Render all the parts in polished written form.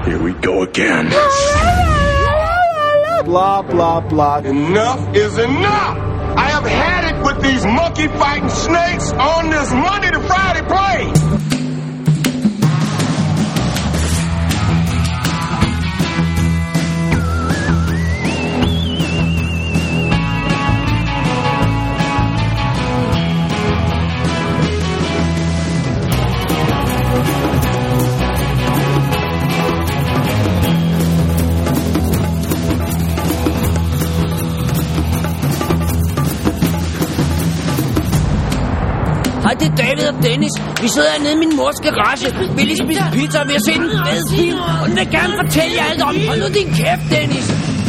Here we go again. Blah, blah, blah. Enough is enough! I have had it with these monkey-fighting snakes on this Monday to Friday plane! Hej, det er David og Dennis. Vi sidder hernede i min mors garage. Vi lige spise pizza, og vi har set en fed film. Og den vil gerne fortælle jer alt om. Hold nu din kæft, Dennis.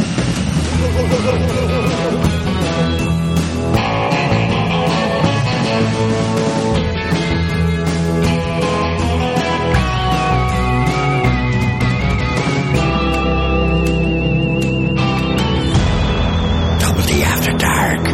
Double D After Dark.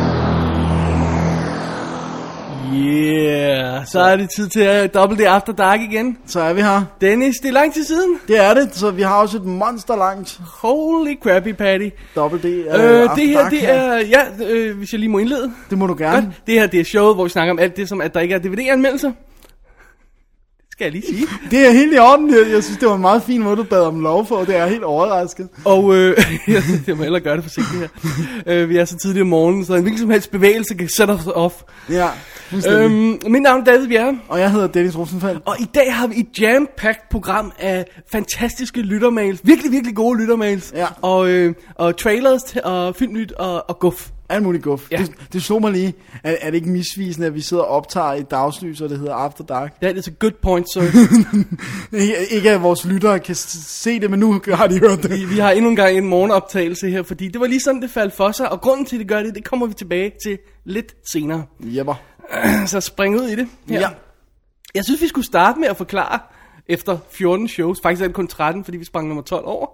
Yeah, så er det tid til at Double D After Dark igen. Så er vi her. Dennis, det er lang tid siden. Det er det, så vi har også et monster langt Holy crappy patty. Double D det her, det er, hvis jeg lige må indlede. Det må du gerne. Godt. Det her, det er showet, hvor vi snakker om alt det, som at der ikke er DVD-anmeldelser. Det skal jeg lige sige. Det er helt i orden. Jeg synes, det var en meget fin måde, du bad om lov for. Det er helt overrasket. Og jeg må hellere gøre det forsigtigt her. Vi er så tidligt om morgenen, så en hvilken som helst bevægelse kan sætte os off. Ja, mit navn er David Bjerre. Og jeg hedder Dennis Rosenfeldt. Og i dag har vi et jam-packed program af fantastiske lyttermails. Virkelig, virkelig gode lyttermails. Ja. Og trailers og filmnyt og guf. Alt muligt guf. Ja. Det slog mig lige. Er det ikke misvisende, at vi sidder og optager i dagslys, og det hedder After Dark? That is a good point, sir. Ikke at vores lyttere kan se det, men nu har de hørt det. Vi har endnu en gang en morgenoptagelse her, fordi det var lige sådan, det faldt for sig. Og grunden til, at det gør det kommer vi tilbage til lidt senere. Jepper. Så spring ud i det her. Ja. Jeg synes, vi skulle starte med at forklare, efter 14 shows, faktisk er det kun 13, fordi vi sprang nummer 12 over,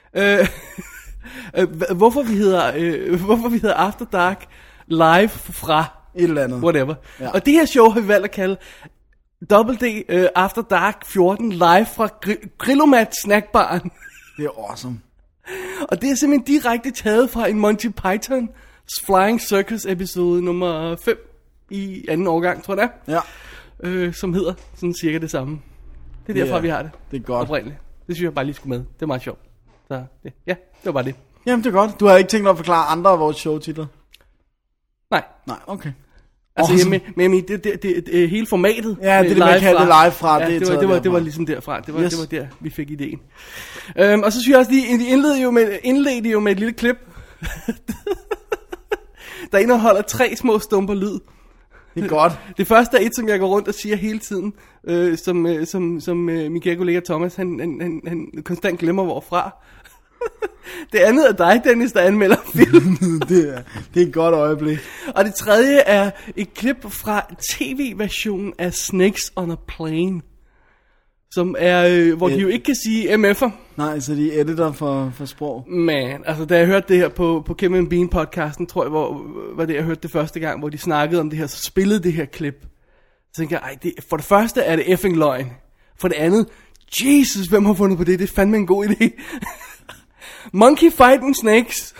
hvorfor vi hedder After Dark live fra et eller andet. Whatever. Ja. Og det her show har vi valgt at kalde Double D After Dark 14 live fra Grillomat Snackbaren. Det er awesome. Og det er simpelthen direkte taget fra en Monty Python's Flying Circus episode nummer 5 i anden årgang, tror jeg det er. Ja. Som hedder sådan cirka det samme. Det er derfra, vi har det. Det er godt. Oprindeligt. Det synes jeg bare lige skulle med. Det er meget sjovt. Så det var bare det. Jamen, det er godt. Du har ikke tænkt dig at forklare andre af vores showtitler? Nej. Nej, okay. Altså, Awesome. det hele formatet. Ja, det man kalder det live fra. Ja, det var ligesom derfra. Det var der, vi fik ideen. Og så synes jeg også, de indledte jo med et lille klip, der indeholder 3 små stumper lyd. Det er godt. Det første er et, som jeg går rundt og siger hele tiden, som min kære kollega Thomas, han konstant glemmer hvorfra. Det andet er dig, Dennis, der anmelder film. det er et godt øjeblik. Og det tredje er et klip fra tv-versionen af Snakes on a Plane, som er, hvor de jo ikke kan sige MF'er. Nej, så de er editor for sprog. Man, altså da jeg hørte det her på Kevin Bean podcasten, tror jeg, var det jeg hørte det første gang, hvor de snakkede om det her, så spillede det her klip. Så tænkte jeg, for det første er det effing løgn. For det andet, Jesus, hvem har fundet på det? Det er fandme en god idé. Monkey fighting snakes.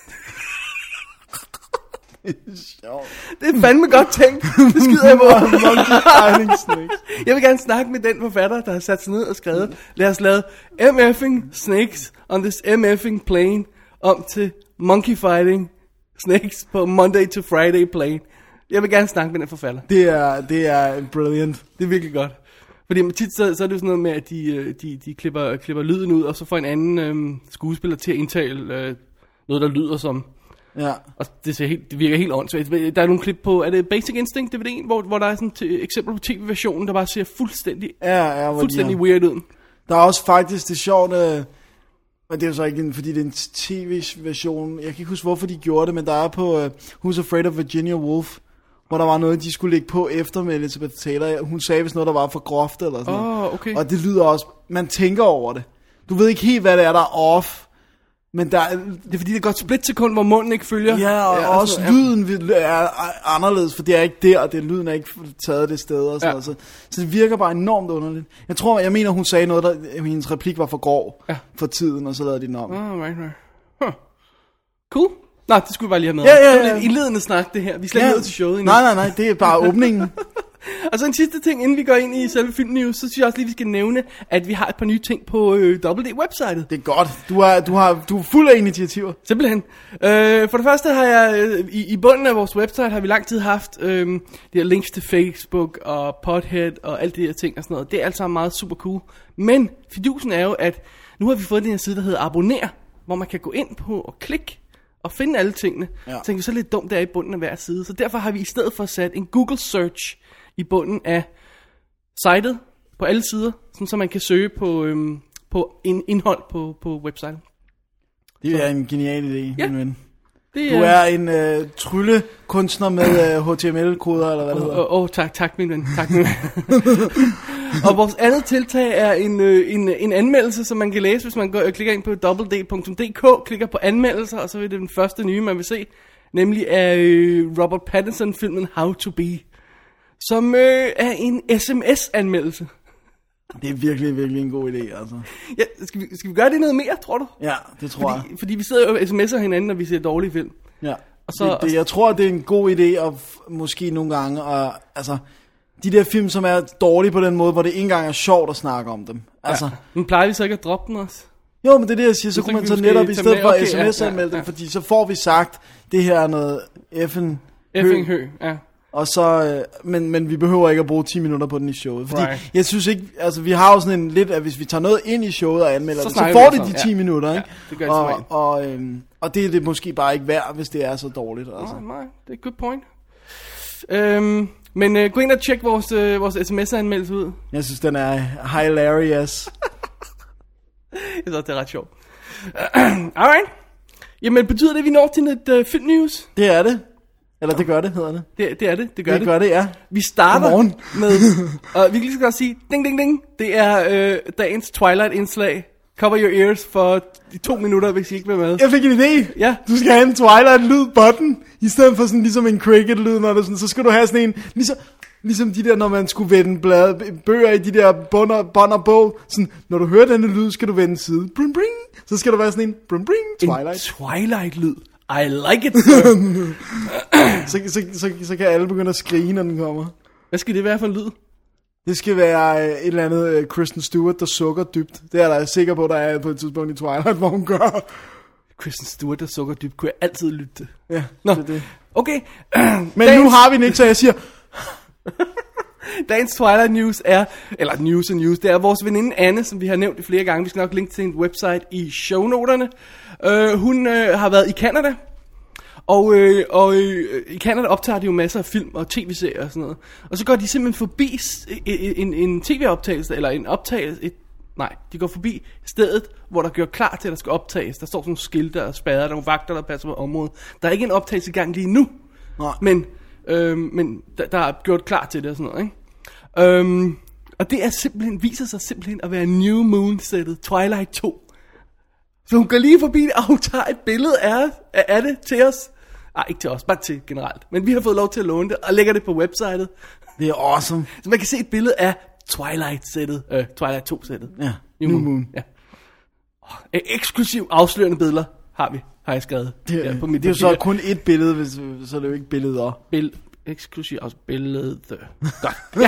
Det er fandme godt tænkt. Det skider jeg på. Monkey fighting snakes. Jeg vil gerne snakke med den forfatter, der har sat sig ned og skrevet, lad os lave MFing snakes on this MFing plane om til monkey fighting snakes på Monday to Friday plane. Jeg vil gerne snakke med den forfatter. Det er brilliant. Det er virkelig godt. Fordi tit så er det jo sådan noget med, at de klipper lyden ud, og så får en anden skuespiller til at indtale noget, der lyder som. Ja. Og det virker helt åndssvagt. Der er nogle klip på, er det Basic Instinct DVD'en, hvor der er sådan et eksempel på tv-versionen, der bare ser fuldstændig weird ud. Der er også faktisk det sjovt, og det er jo så ikke fordi det er en tv-version. Jeg kan ikke huske, hvorfor de gjorde det, men der er på Who's Afraid of Virginia Woolf, hvor der var noget, de skulle lægge på efter med Elizabeth Taylor. Hun sagde vist noget, der var for groft eller sådan noget. Okay. Og det lyder også, man tænker over det. Du ved ikke helt, hvad det er, der er off. Men der Det er fordi, det går et splitsekund, hvor munden ikke følger. Ja, og også lyden er anderledes, for det er ikke der, lyden er ikke taget det sted og sådan noget. Så det virker bare enormt underligt. Jeg mener, hun sagde noget, der hendes replik var for grov for tiden, og så lavede de den om. Right. Cool. Nej, det skulle vi bare lige have med. Ja. Det er lidt indledende snak, det her. Vi er slet ikke nået til showet endnu. Nej, det er bare åbningen. Og så en sidste ting, inden vi går ind i selve filmnews, så synes jeg også lige, vi skal nævne, at vi har et par nye ting på WD-websitet. Det er godt. Du er fuld af initiativer. Simpelthen. For det første har jeg, i bunden af vores website, har vi lang tid haft de her links til Facebook og Podhead og alt det her ting og sådan noget. Det er alt sammen meget super cool. Men fidusen er jo, at nu har vi fået den her side, der hedder Abonner, hvor man kan gå ind på og klikke og finde alle tingene. Ja. Så tænker vi så lidt dumt, der er i bunden af hver side. Så derfor har vi i stedet for sat en Google search i bunden af sitet på alle sider, så man kan søge på indhold på website. Det er en genial idé, ja. min ven. Du er en tryllekunstner med HTML-koder, eller hvad det hedder. Tak min ven. Tak, min ven. Og vores andet tiltag er en anmeldelse, som man kan læse, hvis man klikker ind på www.dk, klikker på anmeldelser, og så er det den første nye, man vil se, nemlig af Robert Pattinson-filmen How to Be, som er en SMS-anmeldelse. Det er virkelig, virkelig en god idé, altså. Ja, skal vi gøre det noget mere, tror du? Ja, det tror jeg. Fordi vi sidder jo og sms'er hinanden, når vi ser dårlige film. Ja, og så, jeg tror, det er en god idé, at måske nogle gange, altså, de der film, som er dårlige på den måde, hvor det ikke engang er sjovt at snakke om dem. Altså. Ja. Men plejer vi så ikke at droppe den også? Jo, men det er det, jeg siger, så kunne man så netop i stedet for sms-anmelde dem, fordi så får vi sagt, det her er noget effing hø, ja. Og så, men vi behøver ikke at bruge 10 minutter på den i showet. Fordi jeg synes ikke, altså vi har jo sådan en lidt, at hvis vi tager noget ind i showet og anmelder det, så får det de 10 minutter, ikke? Ja, det gør det og det er det måske bare ikke værd, hvis det er så dårligt. Altså. Nej, det er et good point. Men gå ind og tjek vores sms-anmeldelse ud. Jeg synes, den er hilarious. Jeg synes, det er ret sjovt. Alright. Jamen, betyder det, at vi når til et filmnews? Det er det. Eller det gør det, hedder det. Det er det. Det gør det, ja. Vi starter med, og vi kan lige så godt sige, ding, ding, ding. Det er dagens Twilight-indslag. Cover your ears for de 2 minutter, hvis I ikke vil med. Jeg fik en idé. Ja. Du skal have en Twilight-lyd-button, i stedet for sådan ligesom en cricket-lyd, når det sådan, så skal du have sådan en, ligesom de der, når man skulle vende bøger i de der bånd og bog, sådan, når du hører denne lyd, skal du vende side, bring, bring, så skal der være sådan en, bring, bring, Twilight. En Twilight-lyd. I like it, så kan alle begynde at skrige, når den kommer. Hvad skal det være for en lyd? Det skal være et eller andet Kristen Stewart, der sukker dybt. Det er jeg sikker på, der er på et tidspunkt i Twilight, hvor hun gør. Kristen Stewart, der sukker dybt, kunne jeg altid lytte til. Ja, nå, det. Okay. Men nu har vi den ikke, så jeg siger... Dagens Twilight News er, eller news, det er vores veninde Anne, som vi har nævnt flere gange. Vi skal nok linke til en website i shownoterne. Hun har været i Canada, og i Canada optager de jo masser af film og tv-serier og sådan noget. Og så går de simpelthen forbi en tv-optagelse, eller en optagelse, de går forbi stedet, hvor der gør klar til, at der skal optages. Der står sådan nogle skilte og spader, der er nogle vagter, der passer på området. Der er ikke en optagelse i gang lige nu, men der er gjort klar til det og sådan noget, ikke? Og det er viser sig simpelthen at være New Moon-sættet Twilight 2. Så hun går lige forbi det, og hun tager et billede af det til os. Nej, ikke til os, bare til generelt. Men vi har fået lov til at låne det, og lægger det på websitet. Det er awesome. Så man kan se et billede af Twilight-sættet, Twilight 2-sættet. Ja, New Moon. Ja. Eksklusiv afslørende billeder har jeg skrevet. På mit det er jo så kun et billede, så er det jo ikke billeder. Eksklusiv billede. Godt. Ja.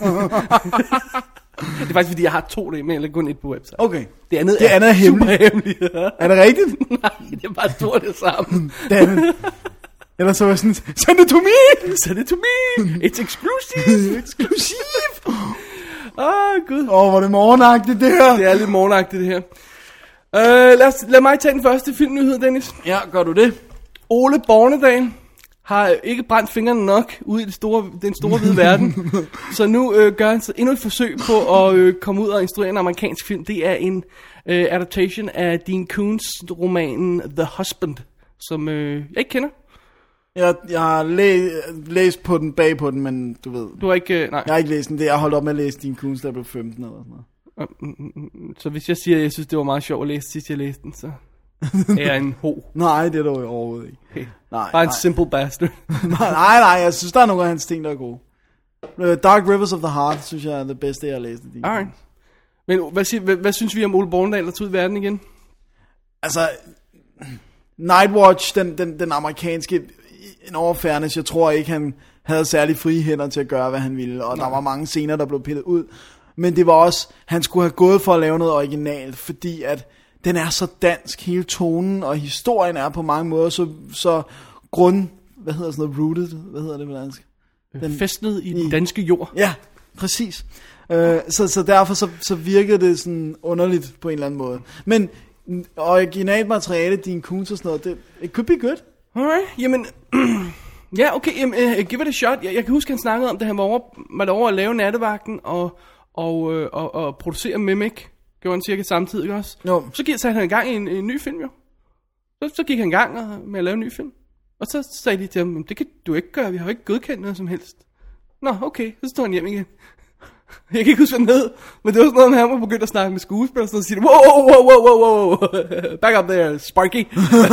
Det er faktisk fordi jeg har 2 der, men jeg kun et på website. Okay. Det andet er hemmeligt. Er det rigtigt? Nej, det er bare stort det sammen. Eller så var sådan, send it to me! Send it to me! It's exclusive! Exclusive! Gud. Hvor er det morgenagtigt det her. Det er lidt morgenagtigt det her. Lad mig tage den første filmnyhed, Dennis. Ja, gør du det? Ole Bornedal har ikke brændt fingrene nok ude i den store hvide verden. Så nu gør han så endnu et forsøg på at komme ud og instruere en amerikansk film. Det er en adaptation af Dean Koontz romanen The Husband, som jeg ikke kender. Jeg har læst på den, bag på den, men du ved. Du har ikke, nej. Jeg har ikke læst den. Jeg har holdt op med at læse Dean Koontz, der blev 15 eller sådan noget. Så hvis jeg siger, at jeg synes, det var meget sjovt at læse sidst jeg læste den, så... er en ho. Nej, det er dog overhovedet ikke. Okay. Nej, Bare en simple bastard. nej, jeg synes, der er nogle af hans ting, der er gode. Dark Rivers of the Heart, synes jeg er det bedste, jeg har læst. Alright. Men hvad synes vi om Ole Bornedal, der tog ud i verden igen? Altså, Nightwatch, den amerikanske, en overfairness, jeg tror ikke, han havde særlig frie hænder til at gøre, hvad han ville, og der var mange scener, der blev pillet ud. Men det var også, han skulle have gået for at lave noget originalt, fordi at den er så dansk, hele tonen, og historien er på mange måder så hvad hedder sådan noget, rooted, hvad hedder det på dansk? Fæstnet i den danske jord. Ja, præcis. Så derfor så virkede det sådan underligt på en eller anden måde. Men originalt materiale, din kunst og sådan noget, it could be good. Alright, jamen, ja, okay, give it a shot. Jeg kan huske, han snakkede om det, han var over at lave Nattevagten og producere Mimic. Gjorde han cirka samtidig også. Jo. Så satte han i gang i en ny film, jo. Så gik han i gang med at lave en ny film. Og så sagde de til ham, det kan du ikke gøre, vi har jo ikke godkendt noget som helst. Nå, okay, så stod han hjem igen. Jeg kan ikke huske, hvad den hed, men det var sådan noget, med han var begyndt at snakke med skuespillere, og så siger wow, back up there, Sparky.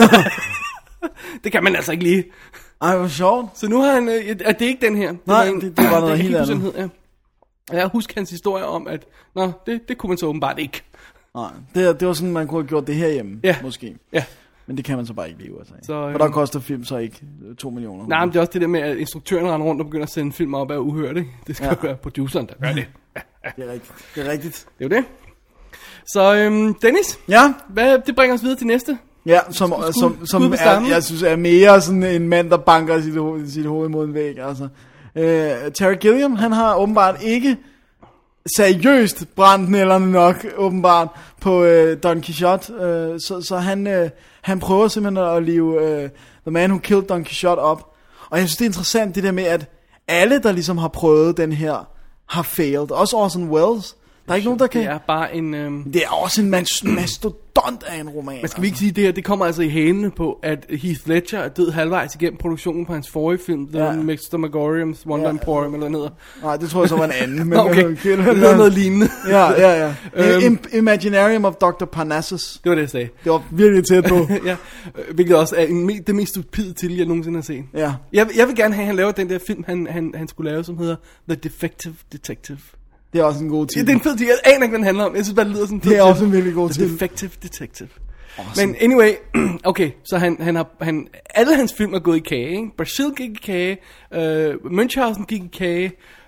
Det kan man altså ikke lige. Ej, hvor sjovt. Så nu har han, det er ikke den her. Nej, det var noget helt andet. Ja. Jeg husker hans historie om, at det kunne man så åbenbart ikke. Nej, det var sådan, man kunne have gjort det herhjemme, måske. Ja. Men det kan man så bare ikke leve af. Så, og der koster film så ikke 2 millioner. Nej, men det er også det der med, at instruktøren render rundt og begynder at sende film op af uhørt, ikke? Det skal jo være produceren, der gør det. Det er rigtigt. Det er jo det. Så Dennis, det bringer os videre til næste. Ja, som er, jeg synes er mere sådan en mand, der banker sit hoved mod en væg. Altså. Terry Gilliam, han har åbenbart ikke seriøst brændt nælderne nok, åbenbart, på Don Quixote. Så han prøver simpelthen at leve The Man Who Killed Don Quixote op. Og jeg synes, det er interessant, det der med, at alle, der ligesom har prøvet den her, har failed. Også Orson Welles. Der er ikke nogen, der kan... Det er bare en... Det er også en mastodont af en roman. Men skal vi ikke sige det her? Det kommer altså i hælene på, at Heath Ledger er død halvvejs igennem produktionen på hans forrige film, The Mr. Megorium's Wonder Emporium, eller noget. Nej, det tror jeg så var en anden. Men okay, det var noget lignende. Ja. Imaginarium of Dr. Parnassus. Det var det, jeg sagde. Det var virkelig tæt på. Ja, hvilket også er det mest stupide til, jeg nogensinde har set. Ja. Jeg vil gerne have, at han laver den der film, han skulle lave, som hedder The Defective Detective. Det er også en god titel. Det er en fed titel. Jeg aner ikke, hvad den handler om. Jeg synes bare, det lyder sådan en det er også en virkelig god titel. The Defective Detective. Awesome. Men anyway, okay, så han alle hans film er gået i kage, ikke? Brazil gik i kage, Münchhausen gik i kage,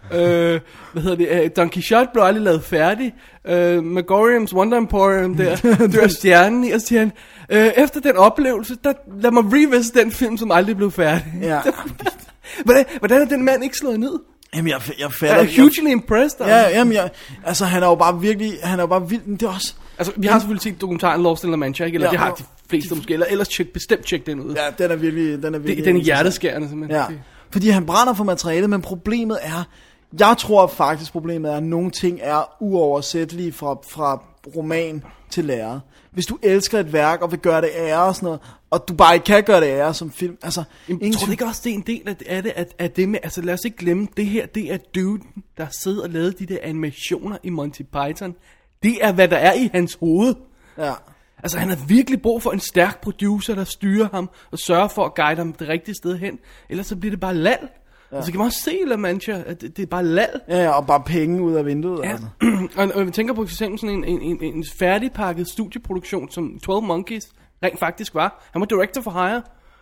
Don Quixote blev aldrig lavet færdig, Megorium's Wonder Emporium der stjernen i, og så siger han, efter den oplevelse, lad mig revisit den film, som aldrig blev færdig. Ja. Hvordan er den mand ikke slået ned? Jamen, jeg fatter... Jeg er hugely impressed. Altså. Ja, jamen, altså, han er jo bare vild, men det er også... Altså, vi har selvfølgelig set dokumentaren Lost in La Mancha, ikke? Eller det har de fleste måske, eller ellers bestemt tjek den ud. Ja, den er virkelig... Den er hjerteskærende, simpelthen. Ja, fordi han brænder for materialet, men problemet er... Jeg tror faktisk, problemet er, at nogle ting er uoversættelige fra roman til lærred. Hvis du elsker et værk, og vil gøre det ære og sådan noget, og du bare ikke kan gøre det ære som film, altså... Jeg tror ikke også, det er en del af det, at det med... Altså, lad os ikke glemme, det her, det er dude, der sidder og lavet de der animationer i Monty Python. Det er, hvad der er i hans hoved. Ja. Altså, han har virkelig brug for en stærk producer, der styrer ham, og sørger for at guide ham det rigtige sted hen. Ellers så bliver det bare lal. Ja. Og så kan man også se La Mancha, at det er bare lal. Ja, og bare penge ud af vinduet. Ja. Altså. Og vi tænker på for eksempel sådan en færdigpakket studieproduktion, som 12 Monkeys rent faktisk var. Han var director for hire.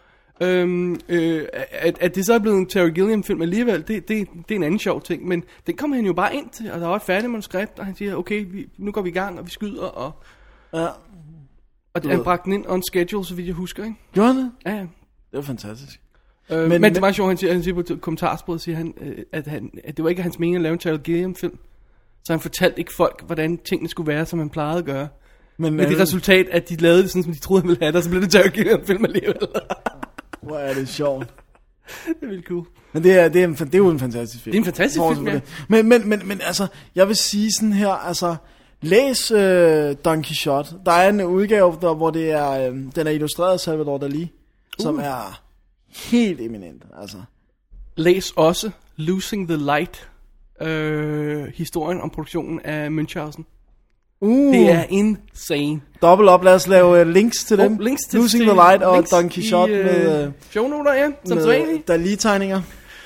At det så er blevet en Terry Gilliam-film alligevel, det er en anden sjov ting. Men den kommer han jo bare ind til, og der var et færdigt manuskript, og han siger, okay, nu går vi i gang, og vi skyder, og... Ja. Og han bragte den ind on schedule, så vidt jeg husker, ikke? Gjorde han det? Ja. Det var fantastisk. Men det er meget sjovt, han siger på kommentarsporet, siger han, at det var ikke hans mening at lave en Terry Gilliam-film. Så han fortalte ikke folk, hvordan tingene skulle være, som han plejede at gøre. Men det resultat, at de lavede det sådan, som de troede, han ville have det, og så blev det Terry Gilliam-film alligevel. Hvor er det sjovt. Det er vildt cool. Men det er jo en fantastisk film. Det er en fantastisk film, ja. Men altså, jeg vil sige sådan her, altså... Læs Don Quixote. Der er en udgave, hvor det er, den er illustreret af Salvador Dalí, som er helt eminent. Altså. Læs også Losing the Light, historien om produktionen af Münchhausen. Det er insane. Dobbelt op, lad os lave links til dem. Links til Losing the Light og Don Quixote med shownoter, ja, som sædvanligt. Der er lige tegninger.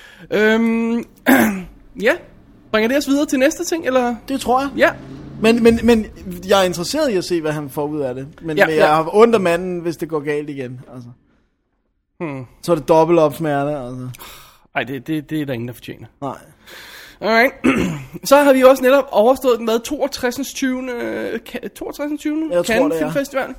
Ja, bringer det os videre til næste ting, eller? Det tror jeg. Ja. Men jeg er interesseret i at se, hvad han får ud af det. Men jeg har ondt af manden, hvis det går galt igen. Altså. Så er det dobbelt op smerte. Altså. Ej, det er der ingen, der fortjener. Nej. Alright. Så har vi også netop overstået den 62. 20. Cannes Filmfestival.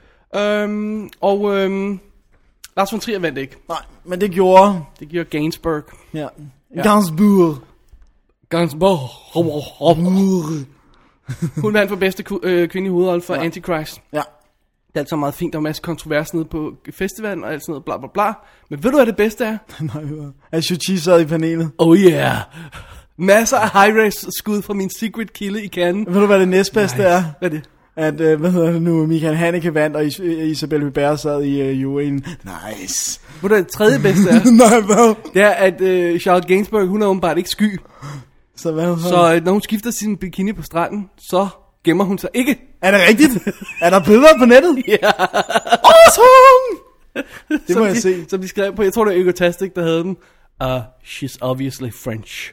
Lars von Trier vandt ikke. Nej, men det gjorde Gainsbourg. Ja. Gainsbourg. Hun vandt for bedste kvinde i hovedrolle for Antichrist. Ja. Det er altså meget fint, der er masser kontrovers nede på festivalen og alt sådan noget, bla bla bla. Men ved du, hvad det bedste er? Nej, at Shoochi sad i panelet. Oh yeah. Masser af high-res skud fra min secret kilde i Cannes. Ved du, hvad det næstbedste er? Hvad er det? At, hvad hedder det nu, Michael Haneke vandt, og Isabelle Huppert sad i juryen. Nice. Ved du, det tredje bedste er? Nej, hvad? Det er, at Charlotte Gainsbourg, hun er åbenbart ikke sky. Så hvad? Så når hun skifter sin bikini på stranden, så gemmer hun sig ikke. Er det rigtigt? Er der billeder på nettet? Ja. Awesome! Det må jeg se. Som de skrev på, jeg tror det var Egotastic, der havde den. She's obviously French.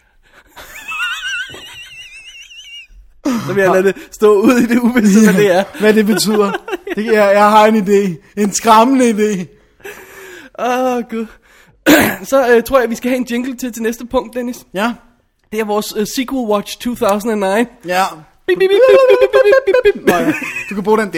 Så vil jeg lade det stå ud i det uvisse, hvad det er. Hvad det betyder. Jeg har en idé. En skræmmende idé. Gud. Så tror jeg, vi skal have en jingle til næste punkt, Dennis. Ja. Det er vores Sequel Watch 2009. Ja. Bip, bip, bip, bip, bip, bip, bip. Du kan bruge den.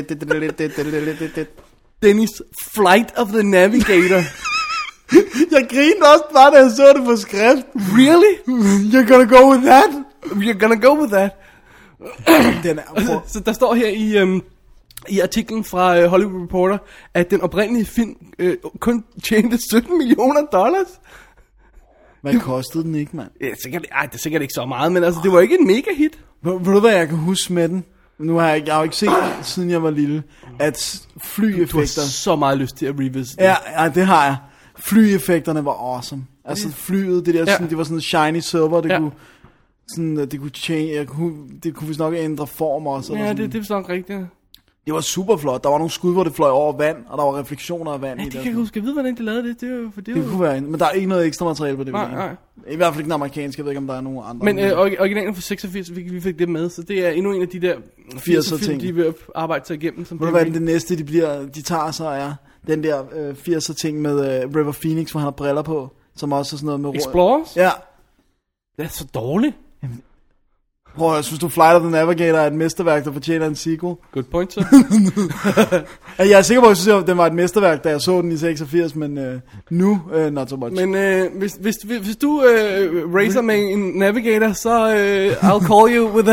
Dennis, Flight of the Navigator. Jeg grinede også bare, da jeg så det på skrift. Really? You're gonna go with that? You're gonna go with that. Den er Så der står her i artiklen fra Hollywood Reporter, at den oprindelige film kun tjente $17 millioner. Hvad kostede den ikke, mand? Ja, det er sikkert ikke så meget, men altså, det var ikke en mega hit. Ved du, hvad jeg kan huske med den? Nu har jeg jo ikke set, siden jeg var lille, at flyeffekter... Du har så meget lyst til at revisit. Ja, det har jeg. Flyeffekterne var awesome. Altså flyet, det der, sådan, det var sådan shiny silver, det kunne... Sådan, det kunne change, det kunne vist nok ændre form også. Ja, det er vist nok rigtigt. Det var super flot. Der var nogle skud, hvor det fløj over vand, og der var refleksioner af vand i det. det. Kan jeg huske, jeg ved, hvordan de lavede det. Det kunne være, men der er ikke noget ekstra materiale på det. Nej. I hvert fald ikke den amerikanske, jeg ved ikke, om der er nogen andre. Men originalen fra 86, vi fik det med, så det er endnu en af de der 80'er film, de vil arbejde sig igennem. Ved du hvad, det næste, de tager sig er den der 80'er ting med River Phoenix, hvor han har briller på, som også er sådan noget med... Explorers? Ja. Det er så dårligt. Prøv, jeg synes, Flight of the Navigator er et mesterværk, der fortjener en sequel. Good point, så. Jeg er sikker på, at det var et mesterværk, da jeg så den i 86, men nu, not so much. Men hvis du racer med en Navigator, så I'll call you with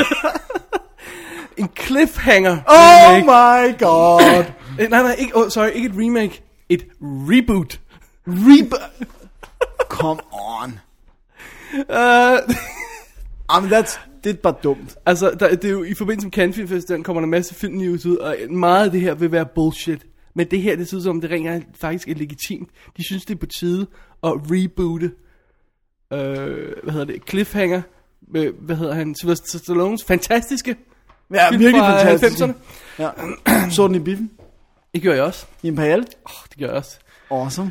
en cliffhanger. Oh my god. Nej, ikke et remake. Et reboot. Come on. Men det er bare dumt. Altså, det er jo i forbindelse med Cannes Film Festival, kommer der en masse filmnews ud, og meget af det her vil være bullshit. Men det her, det synes som, det rent faktisk er legitimt. De synes, det er på tide at reboote, Cliffhanger, hvad hedder han, Sylvester Stallones fantastiske film virkelig fra fantastisk. 90'erne. Ja. Så den i biffen? Det gør jeg også. I Imperial? Det gør jeg også. Awesome.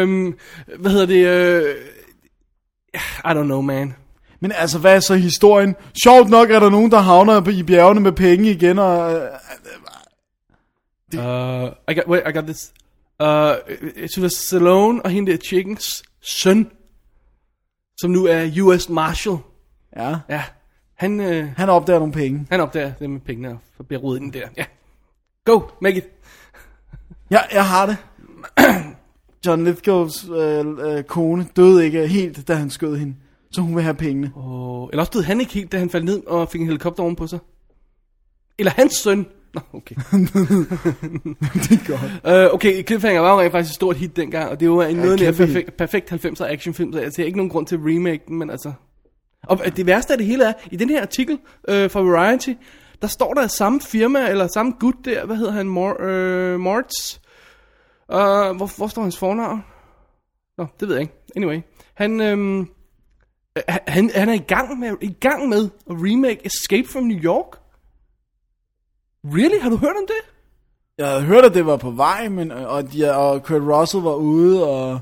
I don't know, man. Men altså, hvad er så historien? Sjovt nok er der nogen, der havner i bjergene med penge igen, og... I got this. Sylvester Stallone og hende der chickens søn, som nu er US Marshal. Ja. Ja. Han opdager nogle penge. Han opdager det med pengene og bliver rodet ind der. Ja. Go, make it. Ja, jeg har det. John Lithgows kone døde ikke helt, da han skød hende. Så hun vil have pengene. Eller også døde han ikke helt, da han faldt ned og fik en helikopter oven på sig. Eller hans søn. Nå, okay. Det er godt. Okay, Cliffhanger var jo faktisk et stort hit dengang, og det var en noget mere perfekt 90'er actionfilm, så jeg ser ikke nogen grund til at remake den, men altså... Og det værste af det hele er, i den her artikel fra Variety, der står der samme firma, eller samme gut der, hvad hedder han, Mortz? Hvor står hans fornavn? Nå, det ved jeg ikke. Anyway, han er i gang med at remake Escape from New York. Really? Har du hørt om det? Jeg havde hørt, at det var på vej, men, og Kurt Russell var ude, og...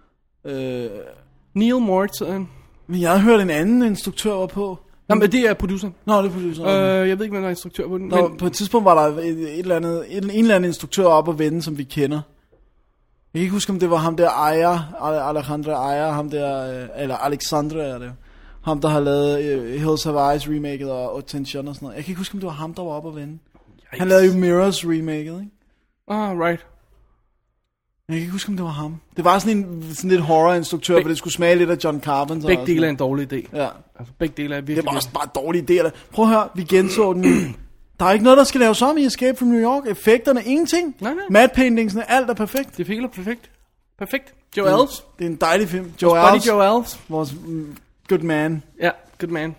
Neil Morton. Men jeg havde hørt, en anden instruktør var på. Nå, men det er produceren. Nå, det er produceren. Jeg ved ikke, hvem der er instruktør på den. Nå, men... På et tidspunkt var der en eller anden instruktør op og vende, som vi kender. Jeg kan ikke huske, om det var ham der Alejandro Aya, ham der, eller Alexandre er det. Ham, der har lavet Hills Have Eyes remaket og Attention og sådan noget. Jeg kan ikke huske, om det var ham, der var op og vende. Han lavede jo Mirrors remaket, ikke? Right. Jeg kan ikke huske, om det var ham. Det var sådan lidt horror-instruktør, hvor det skulle smage lidt af John Carpenter. Begge dele er en dårlig idé. Ja. Altså, begge dele er virkelig... Det var også bare dårlige idéer. Prøv at høre, vi genså den. Der er ikke noget, der skal laves om i Escape from New York. Effekterne, ingenting. Nej. Matte paintingsene, alt er perfekt. Det er perfekt. Perfekt. Joe Elves. Det er en dejlig film. Joe Elves. Vores good man. Ja, good man.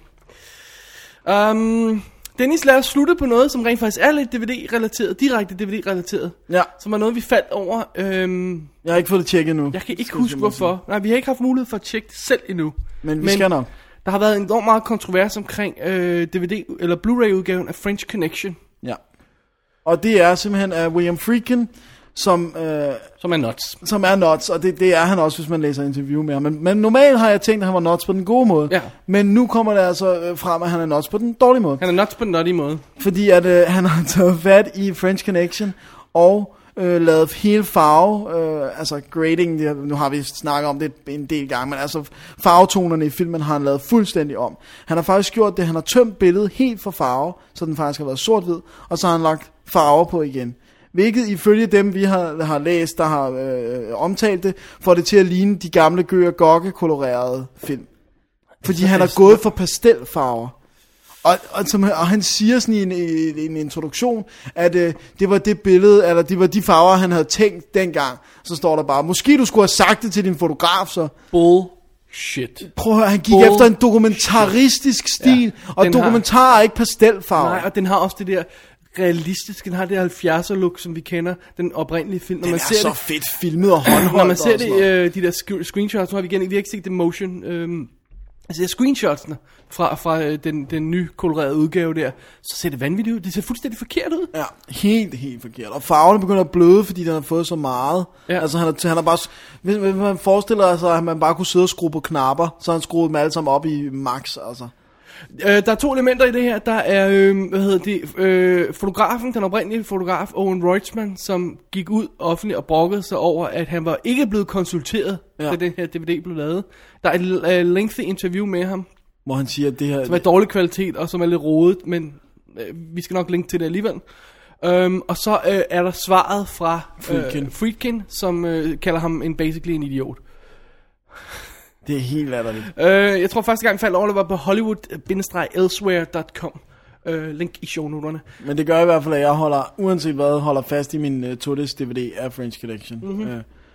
Dennis, lad os slutte på noget, som rent faktisk er lidt DVD-relateret, direkte DVD-relateret. Ja. Som var noget, vi faldt over. Jeg har ikke fået det tjekket endnu. Jeg kan ikke huske, hvorfor. Nej, vi har ikke haft mulighed for at tjekke det selv endnu. Men vi skal nok. Der har været enormt meget kontrovers omkring DVD eller Blu-ray-udgaven af French Connection. Ja. Og det er simpelthen af William Friedkin, som er nuts. Som er nuts, og det er han også, hvis man læser interview med ham. Men normalt har jeg tænkt, at han var nuts på den gode måde. Ja. Men nu kommer det altså frem, at han er nuts på den dårlige måde. Han er nuts på den nutty måde. Fordi at han har taget fat i French Connection og lavet hele farve, altså grading, nu har vi snakket om det en del gange, men altså farvetonerne i filmen har han lavet fuldstændig om. Han har faktisk gjort det, han har tømt billedet helt for farve, så den faktisk har været sort-hvid, og så har han lagt farver på igen. Hvilket ifølge dem, vi har læst, der har omtalt det, får det til at ligne de gamle Gør Gogge kolorerede film. Fordi han har gået for pastelfarver. Og han siger sådan i en introduktion, at det var det billede, eller det var de farver, han havde tænkt dengang. Så står der bare, måske du skulle have sagt det til din fotograf, så... Bullshit. Prøv at høre, han gik efter en dokumentaristisk stil, og dokumentar er ikke pastelfarver. Nej, og den har også det der... realistisk, den har det 70'er look, som vi kender, den oprindelige film. Når den man er ser så det, fedt filmet og håndholdt. Når man ser det, de der screenshots, nu har vi ikke set det motion, altså screenshotsene fra den nye kolorerede udgave der, så ser det vanvittigt ud. Det ser fuldstændig forkert ud. Ja, helt forkert. Og farverne begynder at bløde, fordi den har fået så meget. Ja. Altså han har bare, hvis man forestiller sig, at man bare kunne sidde og skrue på knapper, så har han skruet dem alle sammen op i max, altså. Der er 2 elementer i det her. Der er, fotografen, den oprindelige fotograf, Owen Reutemann, som gik ud offentligt og brokkede sig over, at han var ikke blevet konsulteret, da den her DVD blev lavet. Der er et lengthy interview med ham, hvor han siger, at det her... som er dårlig kvalitet, og som er lidt rodet, men vi skal nok linke til det alligevel. Og så er der svaret fra Friedkin, som kalder ham basically en idiot. Det er helt latterligt. Jeg tror første gang faldt over, det var på hollywood-elsewhere.com. Link i shownoterne. Men det gør i hvert fald, at jeg uanset hvad, holder fast i min Todes DVD af French Connection. Mm-hmm.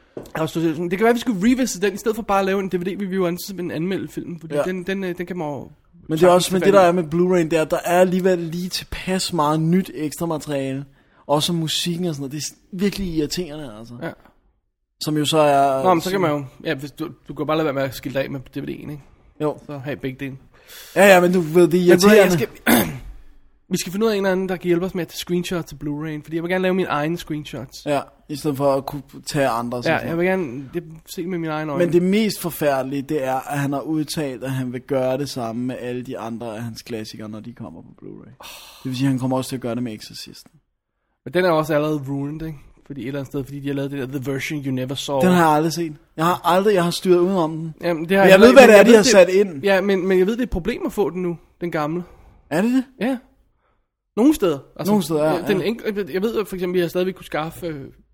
Det kan være, at vi skulle revisit den, i stedet for bare at lave en DVD-review og en anmelde film. Fordi den kan man jo... Men det er også, men det der er med Blu-ray, der er alligevel lige tilpas meget nyt ekstra materiale. Også musikken og sådan noget. Det er virkelig irriterende, altså. Ja. Som jo så er... Nå, men så kan man jo... Ja, hvis du kan bare lade være med at skille af med DVD'en, ikke? Jo. Så have begge dele. Ja, men du ved, det er irriterende. Vi skal finde ud af en eller anden, der kan hjælpe os med at tage screenshot til Blu-ray, fordi jeg vil gerne lave mine egne screenshots. Ja, i stedet for at kunne tage andre. Ja, jeg vil gerne se med mine egne øjne. Men det mest forfærdelige, det er, at han har udtalt, at han vil gøre det samme med alle de andre af hans klassikere, når de kommer på Blu-ray. Det vil sige, at han kommer også til at gøre det med Exorcisten. Men den er også allerede ruined, ikke? Fordi et eller andet sted, fordi de har lavet det der The Version You Never Saw. Den har jeg aldrig set. Jeg har styret ud om den. Jamen, det har men jeg ved, hvad det er, de har sat ind. Ja, men jeg ved, det er et problem at få den nu, den gamle. Er det det? Ja. Nogle steder. Altså, nogle steder, ja. Jeg ved for eksempel, at vi stadigvæk kunne skaffe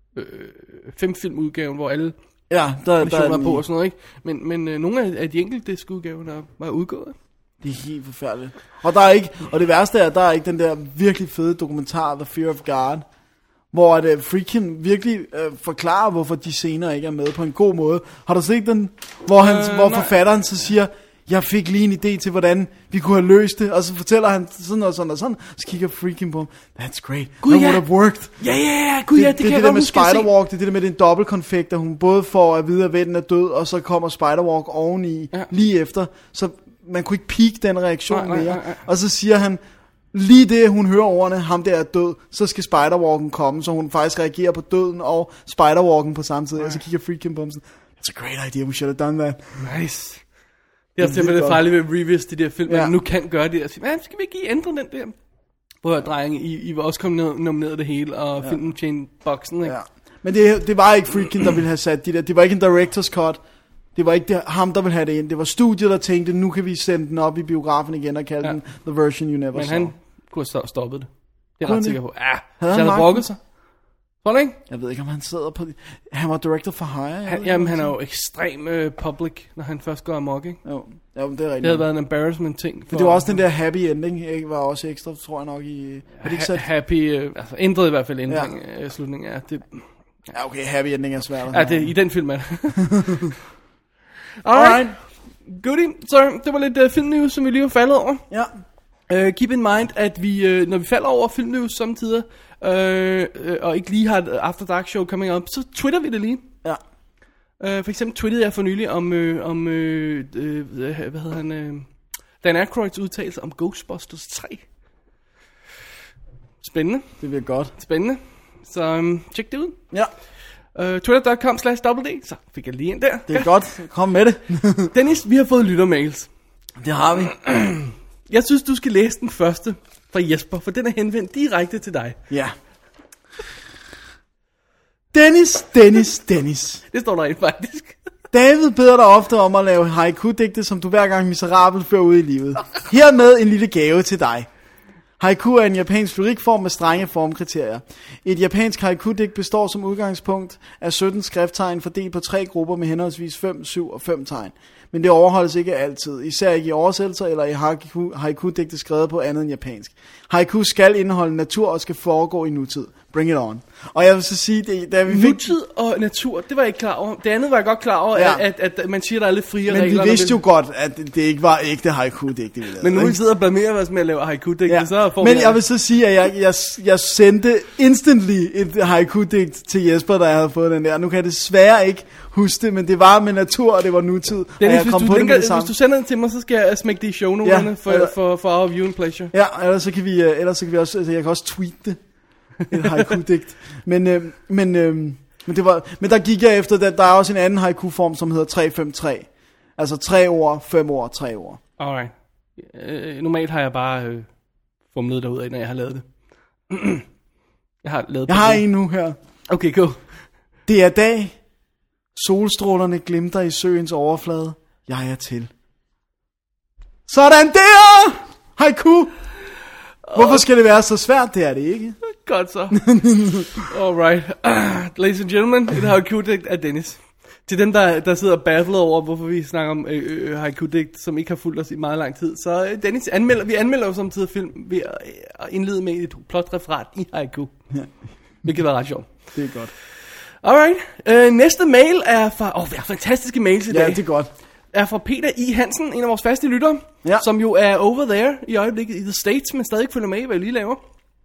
5-film-udgaven, hvor alle der er på og sådan noget, ikke? Men nogle af de enkelte diskudgaver var udgået. Det er helt forfærdeligt. Og der er ikke, og det værste er, at der er ikke den der virkelig fede dokumentar, The Fear of God, hvor at Friedkin virkelig forklarer, hvorfor de scener ikke er med på en god måde. Har du set den? Hvor forfatteren så siger, jeg fik lige en idé til, hvordan vi kunne have løst det, og så fortæller han sådan og sådan og sådan, så kigger Friedkin på ham, that's great, that would have worked. Ja, gud ja, det kan jeg det der med Spider-Walk, det er det der med den dobbeltkonfekt, at hun både får at vide, at vennen er død, og så kommer Spider-Walk oveni lige efter, så man kunne ikke peak den reaktion mere. Og så siger han, lige det hun hører ordene, ham der er død, så skal Spider-Walken komme, så hun faktisk reagerer på døden og Spider-Walken på samme tid, og så kigger Friedkin på ham sådan, that's a great idea, we should have done that. Nice. Det er også det farligt ved at revisit de der film, man nu kan gøre det, og sige, skal vi ikke ændre den der? Prøv at drenge, I var også kommet nomineret det hele, og filmen tjente boksen, ikke? Ja. Men det var ikke Friedkin, der ville have sat de der, det var ikke en director's cut, det var ikke ham, der ville have det ind, det var studiet, der tænkte, nu kan vi sende den op i biografen igen og kalde den The Version You Never Saw. Men han kunne have stoppet det. Det er ret sikker på. Havde han brokket sig? Tror du ikke? Jeg ved ikke, om han sidder på... Han var director for Hire. Jamen, han er jo ekstrem public, når han først går amok, ikke? Jo, det er rigtigt. Det havde været en embarrassment ting. Men det var også den der happy ending, ikke? Var også ekstra, tror jeg nok, i... Happy... altså, ændrede i hvert fald ændring slutningen af det... Ja, okay, happy ending er svært. Ja, det, i den film er det. Alright. Goodie. Så det var lidt filmnews, som vi lige har faldet over. Ja. Keep in mind, at vi, når vi falder over filmnews samtidig, og ikke lige har et After Dark show coming up, så twitter vi det lige. Ja. For eksempel twittede jeg for nylig om hvad hedder han, Dan Aykroyds udtalelse om Ghostbusters 3. Spændende. Det bliver godt. Spændende. Så tjek det ud. Ja. Twitter.com/DD, så fik jeg lige ind der. Det er godt. Kom med det. Dennis, vi har fået lyttermails. Det har vi. Jeg synes, du skal læse den første fra Jesper, for den er henvendt direkte til dig. Ja. Dennis. Det står der ikke faktisk. David beder dig ofte om at lave haiku-digte, som du hver gang miserabelt fører ud i livet. Hermed en lille gave til dig. Haiku er en japansk lyrikform med strenge formkriterier. Et japansk haiku-digt består som udgangspunkt af 17 skrifttegn fordelt på 3 grupper med henholdsvis 5, 7 og 5 tegn. Men det overholdes ikke altid, især ikke i oversættelser eller i haiku-digte skrevet på andet end japansk. Haiku skal indeholde natur og skal foregå i nutid. Bring it on. Og jeg vil så sige, da vi fik... Nutid og natur, det var jeg ikke klar over. Det andet var jeg godt klar over, at man siger, der er lidt frie regler. Men vi vidste jo godt, at det ikke var ægte haiku-digte, vi lavede. Men nu vi sidder og blamerer os med at lave haiku-digte, så får men jeg vil så sige, at jeg sendte instantly et haiku-digt til Jesper, da jeg havde fået den der. Nu kan jeg desværre ikke huske det, men det var med natur, og det var nutid. Dennis, hvis du sender den til mig, så skal jeg smække det i shownoterne for our viewing pleasure. Ja, ellers så kan vi også, altså jeg kan også tweete det. Et haiku-digt. Men der gik jeg efter, der er også en anden haiku-form, som hedder 353. Altså 3 ord, 5 ord, 3 ord. Alright. Normalt har jeg bare fumlet derud, når jeg har lavet det. Jeg har en nu her. Okay, cool. Det er dag. Solstrålerne glimter i søens overflade. Jeg er til. Sådan der! Haiku! Hvorfor skal det være så svært? Det er det ikke. Godt så. Alright. Ladies and gentlemen, et haiku-digt af Dennis. Til dem, der sidder og battler over, hvorfor vi snakker om haiku-digt, som ikke har fulgt os i meget lang tid. Så Dennis, vi anmelder jo samtidig film ved at indlede med et plotreferat i haiku. Ja. Hvilket var ret sjovt. Det er godt. Alright. Næste mail er fra... vi har fantastiske mails i dag. Ja, det er godt. Er fra Peter I. Hansen, en af vores faste lyttere, som jo er over there i øjeblikket i The States, men stadig følger med i, hvad jeg lige laver.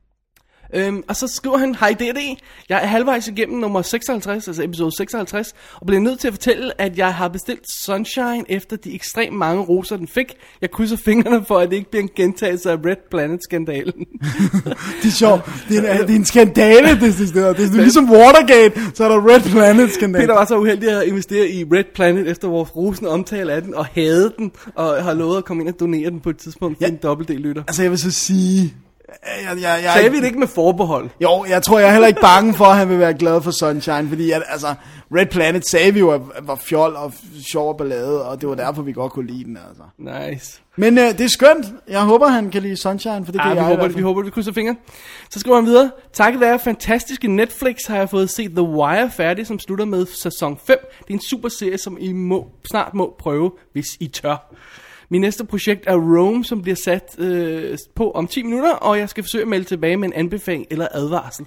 Og så skriver han, hej DD, jeg er halvvejs igennem nummer 56, altså episode 56, og bliver nødt til at fortælle, at jeg har bestilt Sunshine efter de ekstremt mange roser, den fik. Jeg krydser fingrene for, at det ikke bliver en gentagelse af Red Planet-skandalen. Det er sjovt. Det er en skandale, det er ligesom Watergate, så er der Red Planet-skandale. Peter var så uheldig at investere i Red Planet efter vores rosende omtale af den, og havde den, og har lovet at komme ind og donere den på et tidspunkt for en dobbelt-D-lytter. Altså jeg vil så sige... Sagde vi det ikke med forbehold? Jo, jeg tror, jeg er heller ikke bange for, at han vil være glad for Sunshine, fordi altså, Red Planet sagde vi jo, var fjol og sjov og ballade, og det var derfor, vi godt kunne lide den, altså. Nice. Men det er skønt. Jeg håber, han kan lide Sunshine, for det kan vi håber, vi krydser fingre. Så skriver han videre. Takket være fantastiske Netflix har jeg fået set The Wire færdig, som slutter med sæson 5. Det er en super serie, som I snart må prøve, hvis I tør. Min næste projekt er Rome, som bliver sat på om 10 minutter, og jeg skal forsøge at melde tilbage med en anbefaling eller advarsel.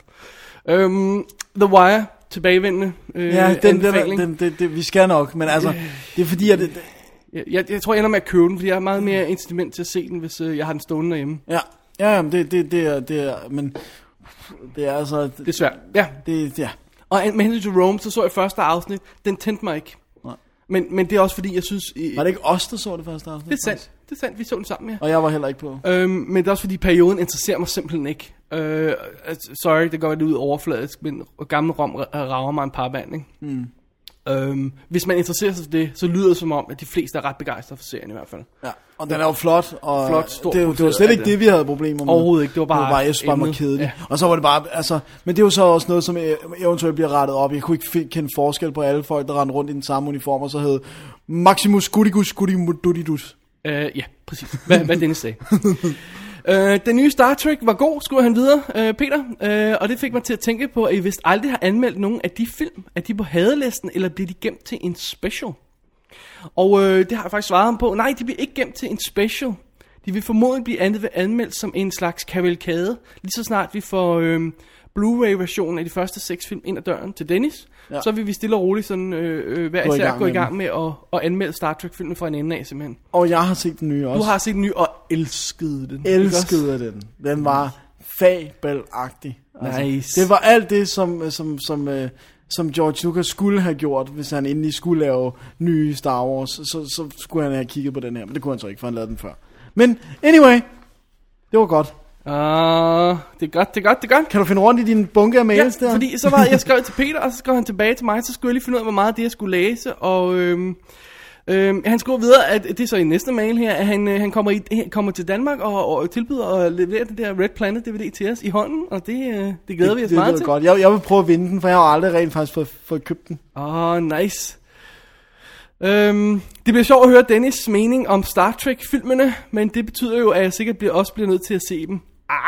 The Wire, tilbagevendende anbefaling. Vi skal nok, men altså, det er fordi, at... Jeg tror, jeg ender med at købe den, fordi jeg har meget mere incitament til at se den, hvis jeg har den stående derhjemme. Ja, det er, men det er altså... Det er svært, ja. Og med hensyn til Rome, så jeg første afsnit, den tændte mig ikke. Men det er også fordi, jeg synes... Var det ikke os, der så det første afsnit? Det er det er sandt, vi så den sammen, ja. Og jeg var heller ikke på. Men det er også fordi perioden interesserer mig simpelthen ikke. Sorry, det går lidt ud overfladisk, men gammel Rom rager mig en par band, ikke? Hvis man interesserer sig for det, så lyder det som om, at de fleste er ret begejstrede for serien i hvert fald. Ja, og den er jo flot, og flot, det var slet ikke det, vi havde problemer med. Overhovedet ikke, det var bare jeg synes bare, var kedeligt. Ja. Og så var det bare, altså, men det er jo så også noget, som eventuelt bliver rettet op. Jeg kunne ikke kende forskel på alle folk, der rendte rundt i den samme uniform, og så hed Maximus Scudicus Scudimududidus. Ja, præcis. Hvad Dennis sagde. Den nye Star Trek var god, skulle han videre, Peter, og det fik mig til at tænke på, at I vist aldrig har anmeldt nogen af de film. Er de på hadelisten, eller bliver de gemt til en special? Og det har jeg faktisk svaret ham på. Nej, de bliver ikke gemt til en special. De vil formodentlig blive anmeldt som en slags kavalkade, lige så snart vi får Blu-ray-versionen af de første 6 film ind ad døren til Dennis. Ja. Så vil vi stille og roligt sådan, hver især gå i gang med at anmelde Star Trek-filmen fra en ende af, simpelthen. Og jeg har set den nye også. Du har set den nye og elskede den. Elskede den. Den var fabelagtig. Altså, nice. Det var alt det, som George Lucas skulle have gjort, hvis han endelig skulle lave nye Star Wars. Så skulle han have kigget på den her, men det kunne han så ikke, for han lavede den før. Men anyway, det var godt. Det er godt. Kan du finde rundt i din bunke af mails der? Fordi så var jeg skrev til Peter, og så skrev han tilbage til mig, så skulle jeg lige finde ud af, hvor meget det jeg skulle læse, og han skriver videre, at det er så i næste mail her, at han kommer til Danmark og tilbyder at levere den der Red Planet DVD til os i hånden, og det glæder vi os meget til. Det godt. Jeg vil prøve at vinde den, for jeg har aldrig rent faktisk fået købt den. Nice. Det bliver sjovt at høre Dennis' mening om Star Trek-filmene, men det betyder jo, at jeg sikkert også bliver nødt til at se dem.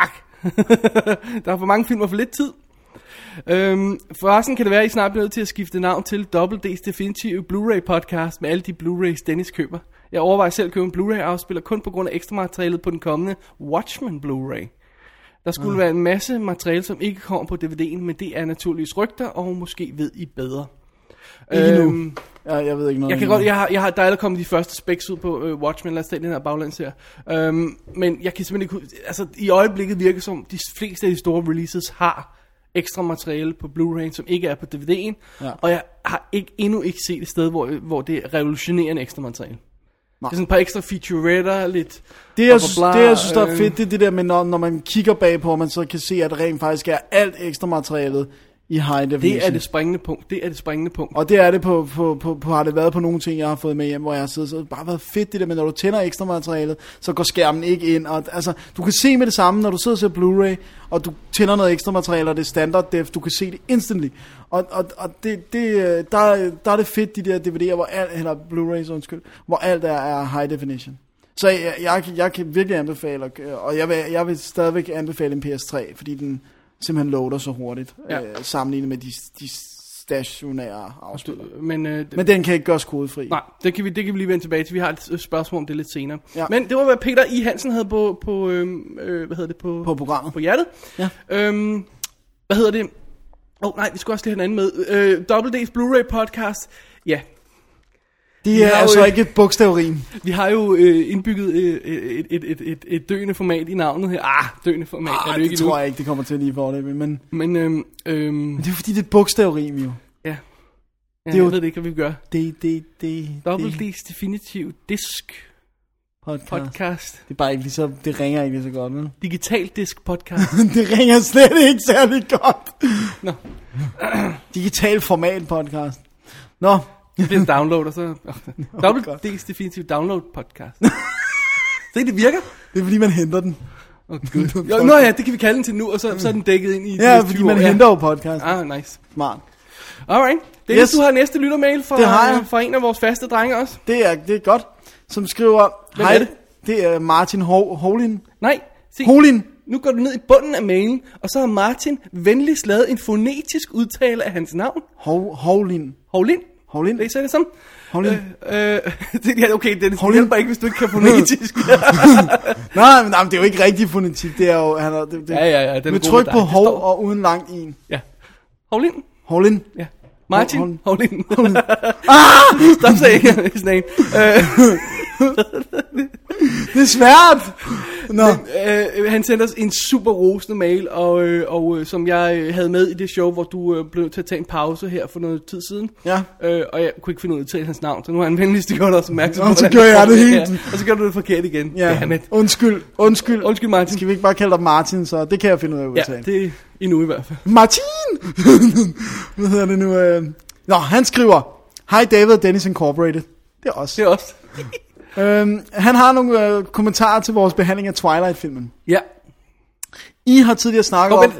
Der er for mange film og for lidt tid. Forresten kan det være, at I snart bliver nødt til at skifte navn til WD's Definitive Blu-ray podcast med alle de Blu-rays Dennis køber. Jeg overvejer selv at købe en Blu-ray afspiller kun på grund af ekstra materialet på den kommende Watchmen Blu-ray. Der skulle være en masse materiale, som ikke kommer på DVD'en, men det er naturligvis rygter, og måske ved I bedre. Ikke nu. Jeg ved ikke noget. Jeg har der er kommet de første specs ud på Watchmen. Lad os tage den her baglands her. Men jeg kan simpelthen ikke, altså i øjeblikket virker som de fleste af de store releases har ekstra materiale på Blu-ray, som ikke er på DVD'en. Ja. Og jeg har endnu ikke set et sted, hvor det er revolutionerende ekstra materiale. Nej. Det er sådan et par ekstra featuretter, lidt. Det jeg synes der er fedt, det er det der med, når man kigger bagpå, og man så kan se, at rent faktisk er alt ekstra materialet i high definition. Det er det springende punkt. Og det er det har det været på nogle ting, jeg har fået med hjem, hvor jeg har siddet, så det har bare været fedt det der med, når du tænder ekstra materialet, så går skærmen ikke ind. Og, altså, du kan se med det samme, når du sidder og ser Blu-ray, og du tænder noget ekstra materiale, og det er standard def, du kan se det instantly. Og der er det fedt, de der DVD'er, eller Blu-rays, hvor alt er high definition. Så jeg kan virkelig anbefale, og jeg vil stadigvæk anbefale en PS3, fordi den simpelthen loader så hurtigt, sammenlignet med de stationære afspillere. Men den kan ikke gøres kodefri. Nej, det kan vi lige vende tilbage til. Vi har et spørgsmål om det lidt senere. Ja. Men det var, hvad Peter I. Hansen havde på programmet. På hjertet. Ja. Hvad hedder det? Nej, vi skulle også lige have en anden med. WD's Blu-ray podcast. Ja. Det er altså ikke et bogstavrim. Vi har jo indbygget et døende format i navnet her. Døende format er det ikke det tror jeg ikke, det kommer til lige for det. Men det er fordi, det er et bogstavrim jo. Ja. Jeg ved det ikke, hvad vi gør. WD's Definitive Disc podcast. Det er bare ikke lige så, det ringer ikke lige så godt, vel? Digital Disc podcast. Det ringer slet ikke særlig godt. Nå. Digital format podcast. Nå. Det bliver en download, og så WD's Definitive Download podcast. Se, det virker. Det er fordi, man henter den. Det kan vi kalde den til nu, og så er den dækket ind i. Ja, fordi man henter jo podcast. Nice. Smart. Alright. Det er, du har næste lyttermail fra en af vores faste drenge også. Det er godt. Som skriver, hej, det er Martin Holin. Nej, se. Holin. Nu går du ned i bunden af mailen, og så har Martin venligst lavet en fonetisk udtale af hans navn. Holin. Læser det som? Holin. Okay, det hjælper ikke, hvis du ikke kan fonetisk. nej, men det er jo ikke rigtig fonetik. Det er jo, ja, med tryk på hov og uden lang en. Ja. Holin. Ja. Martin Holin. Stop saying his name. Det er svært. Nå. Men, han sendte os en super rosende mail, og som jeg havde med i det show, hvor du blev nødt til at tage en pause her for noget tid siden. Ja. Og jeg kunne ikke finde ud af at tale hans navn, så nu har han venligst gjort os opmærksom på, og så gør jeg det helt. Og så gør du det forkert igen. Ja. Undskyld Martin. Skal vi ikke bare kalde dig Martin, så det kan jeg finde ud af at udtale. Ja, det er endnu i hvert fald. Martin! Hvad hedder det nu? Nå, han skriver: Hej David og Dennis Incorporated. Det er os. Han har nogle kommentarer til vores behandling af Twilight-filmen. Ja. I har tidligere snakket om...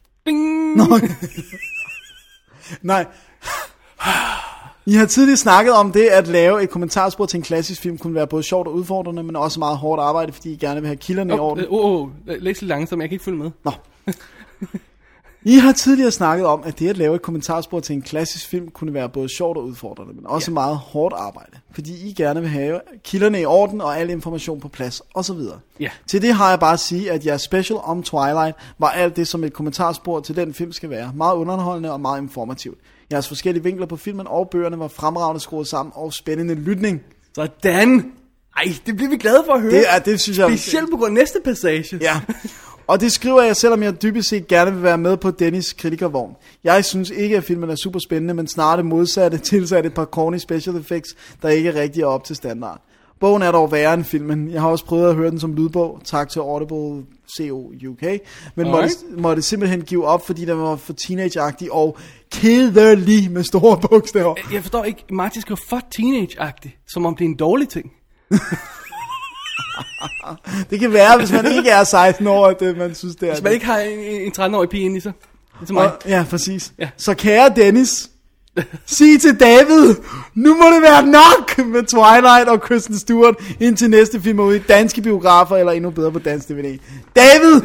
Nej. I har tidligere snakket om det at lave et kommentarspor til en klassisk film kunne være både sjovt og udfordrende, men også meget hårdt arbejde, fordi I gerne vil have kilderne i orden. Læs lidt langsomt, jeg kan ikke følge med. Nå. I har tidligere snakket om, at det at lave et kommentarspor til en klassisk film kunne være både sjovt og udfordrende, men også meget hårdt arbejde, fordi I gerne vil have kilderne i orden og al information på plads osv. Ja. Til det har jeg bare at sige, at jeres special om Twilight var alt det, som et kommentarspor til den film skal være. Meget underholdende og meget informativt. Jeres forskellige vinkler på filmen og bøgerne var fremragende skruet sammen og spændende lytning. Sådan! Ej, det bliver vi glade for at høre. Det synes jeg... Specielt på grund af næste passage. Ja. Og det skriver jeg, selvom jeg dybest set gerne vil være med på Dennis' kritikervogn. Jeg synes ikke, at filmen er super spændende, men snarere det modsatte, tilsat et par corny special effects, der ikke rigtig er op til standard. Bogen er dog værre end filmen. Jeg har også prøvet at høre den som lydbog. Tak til Audible CO UK. Men måtte simpelthen give op, fordi den var for teenage-agtig og kedelig med store bogstaver. Jeg forstår ikke, Martin skriver for teenage-agtig, som om det er en dårlig ting. Det kan være, hvis man ikke er 16 år, at man synes, det er... Hvis man ikke har en 13-årig pige inde i sig. Det er mig. Ja, præcis. Ja. Så kære Dennis, sig til David, nu må det være nok med Twilight og Kristen Stewart, indtil næste film er ude i danske biografer, eller endnu bedre på dansk DVD. David!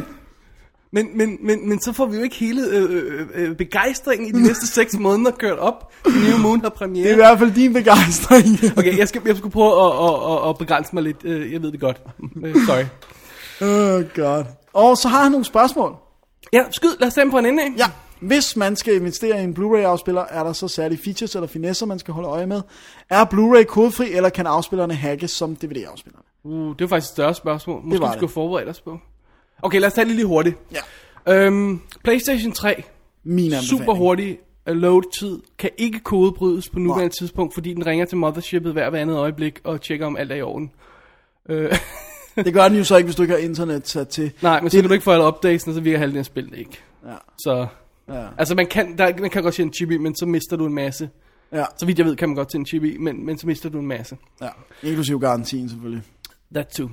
Men så får vi jo ikke hele begejstringen i de næste 6 måneder kørt op. New Moon har premiere. Det er i hvert fald din begejstring. Okay, jeg skulle prøve at begrænse mig lidt. Jeg ved det godt. Sorry. God. Og så har han nogle spørgsmål. Ja, skyd. Lad os stemme på en ende. Ja. Hvis man skal investere i en Blu-ray-afspiller, er der så særlige features eller finesser, man skal holde øje med? Er Blu-ray kodefri, eller kan afspillerne hackes som DVD-afspillerne? Det var faktisk et større spørgsmål. Måske vi skulle forberede os på. Okay, lad os tage det lige hurtigt. Ja. PlayStation 3. Min anbefaling. Super hurtig load-tid. Kan ikke kodebrydes på nuværende tidspunkt, fordi den ringer til mothershippet hver andet øjeblik og tjekker om alt er i orden. Det gør den jo så ikke, hvis du ikke har internet sat til. Nej, men så kan du ikke få alle updates, og så virker halvdelen af spillet ikke. Ja. Så, altså man kan godt se en chip i, men så mister du en masse. Ja. Så vidt jeg ved, kan man godt til en chip i, men så mister du en masse. Ja, inklusive garantien selvfølgelig. That too.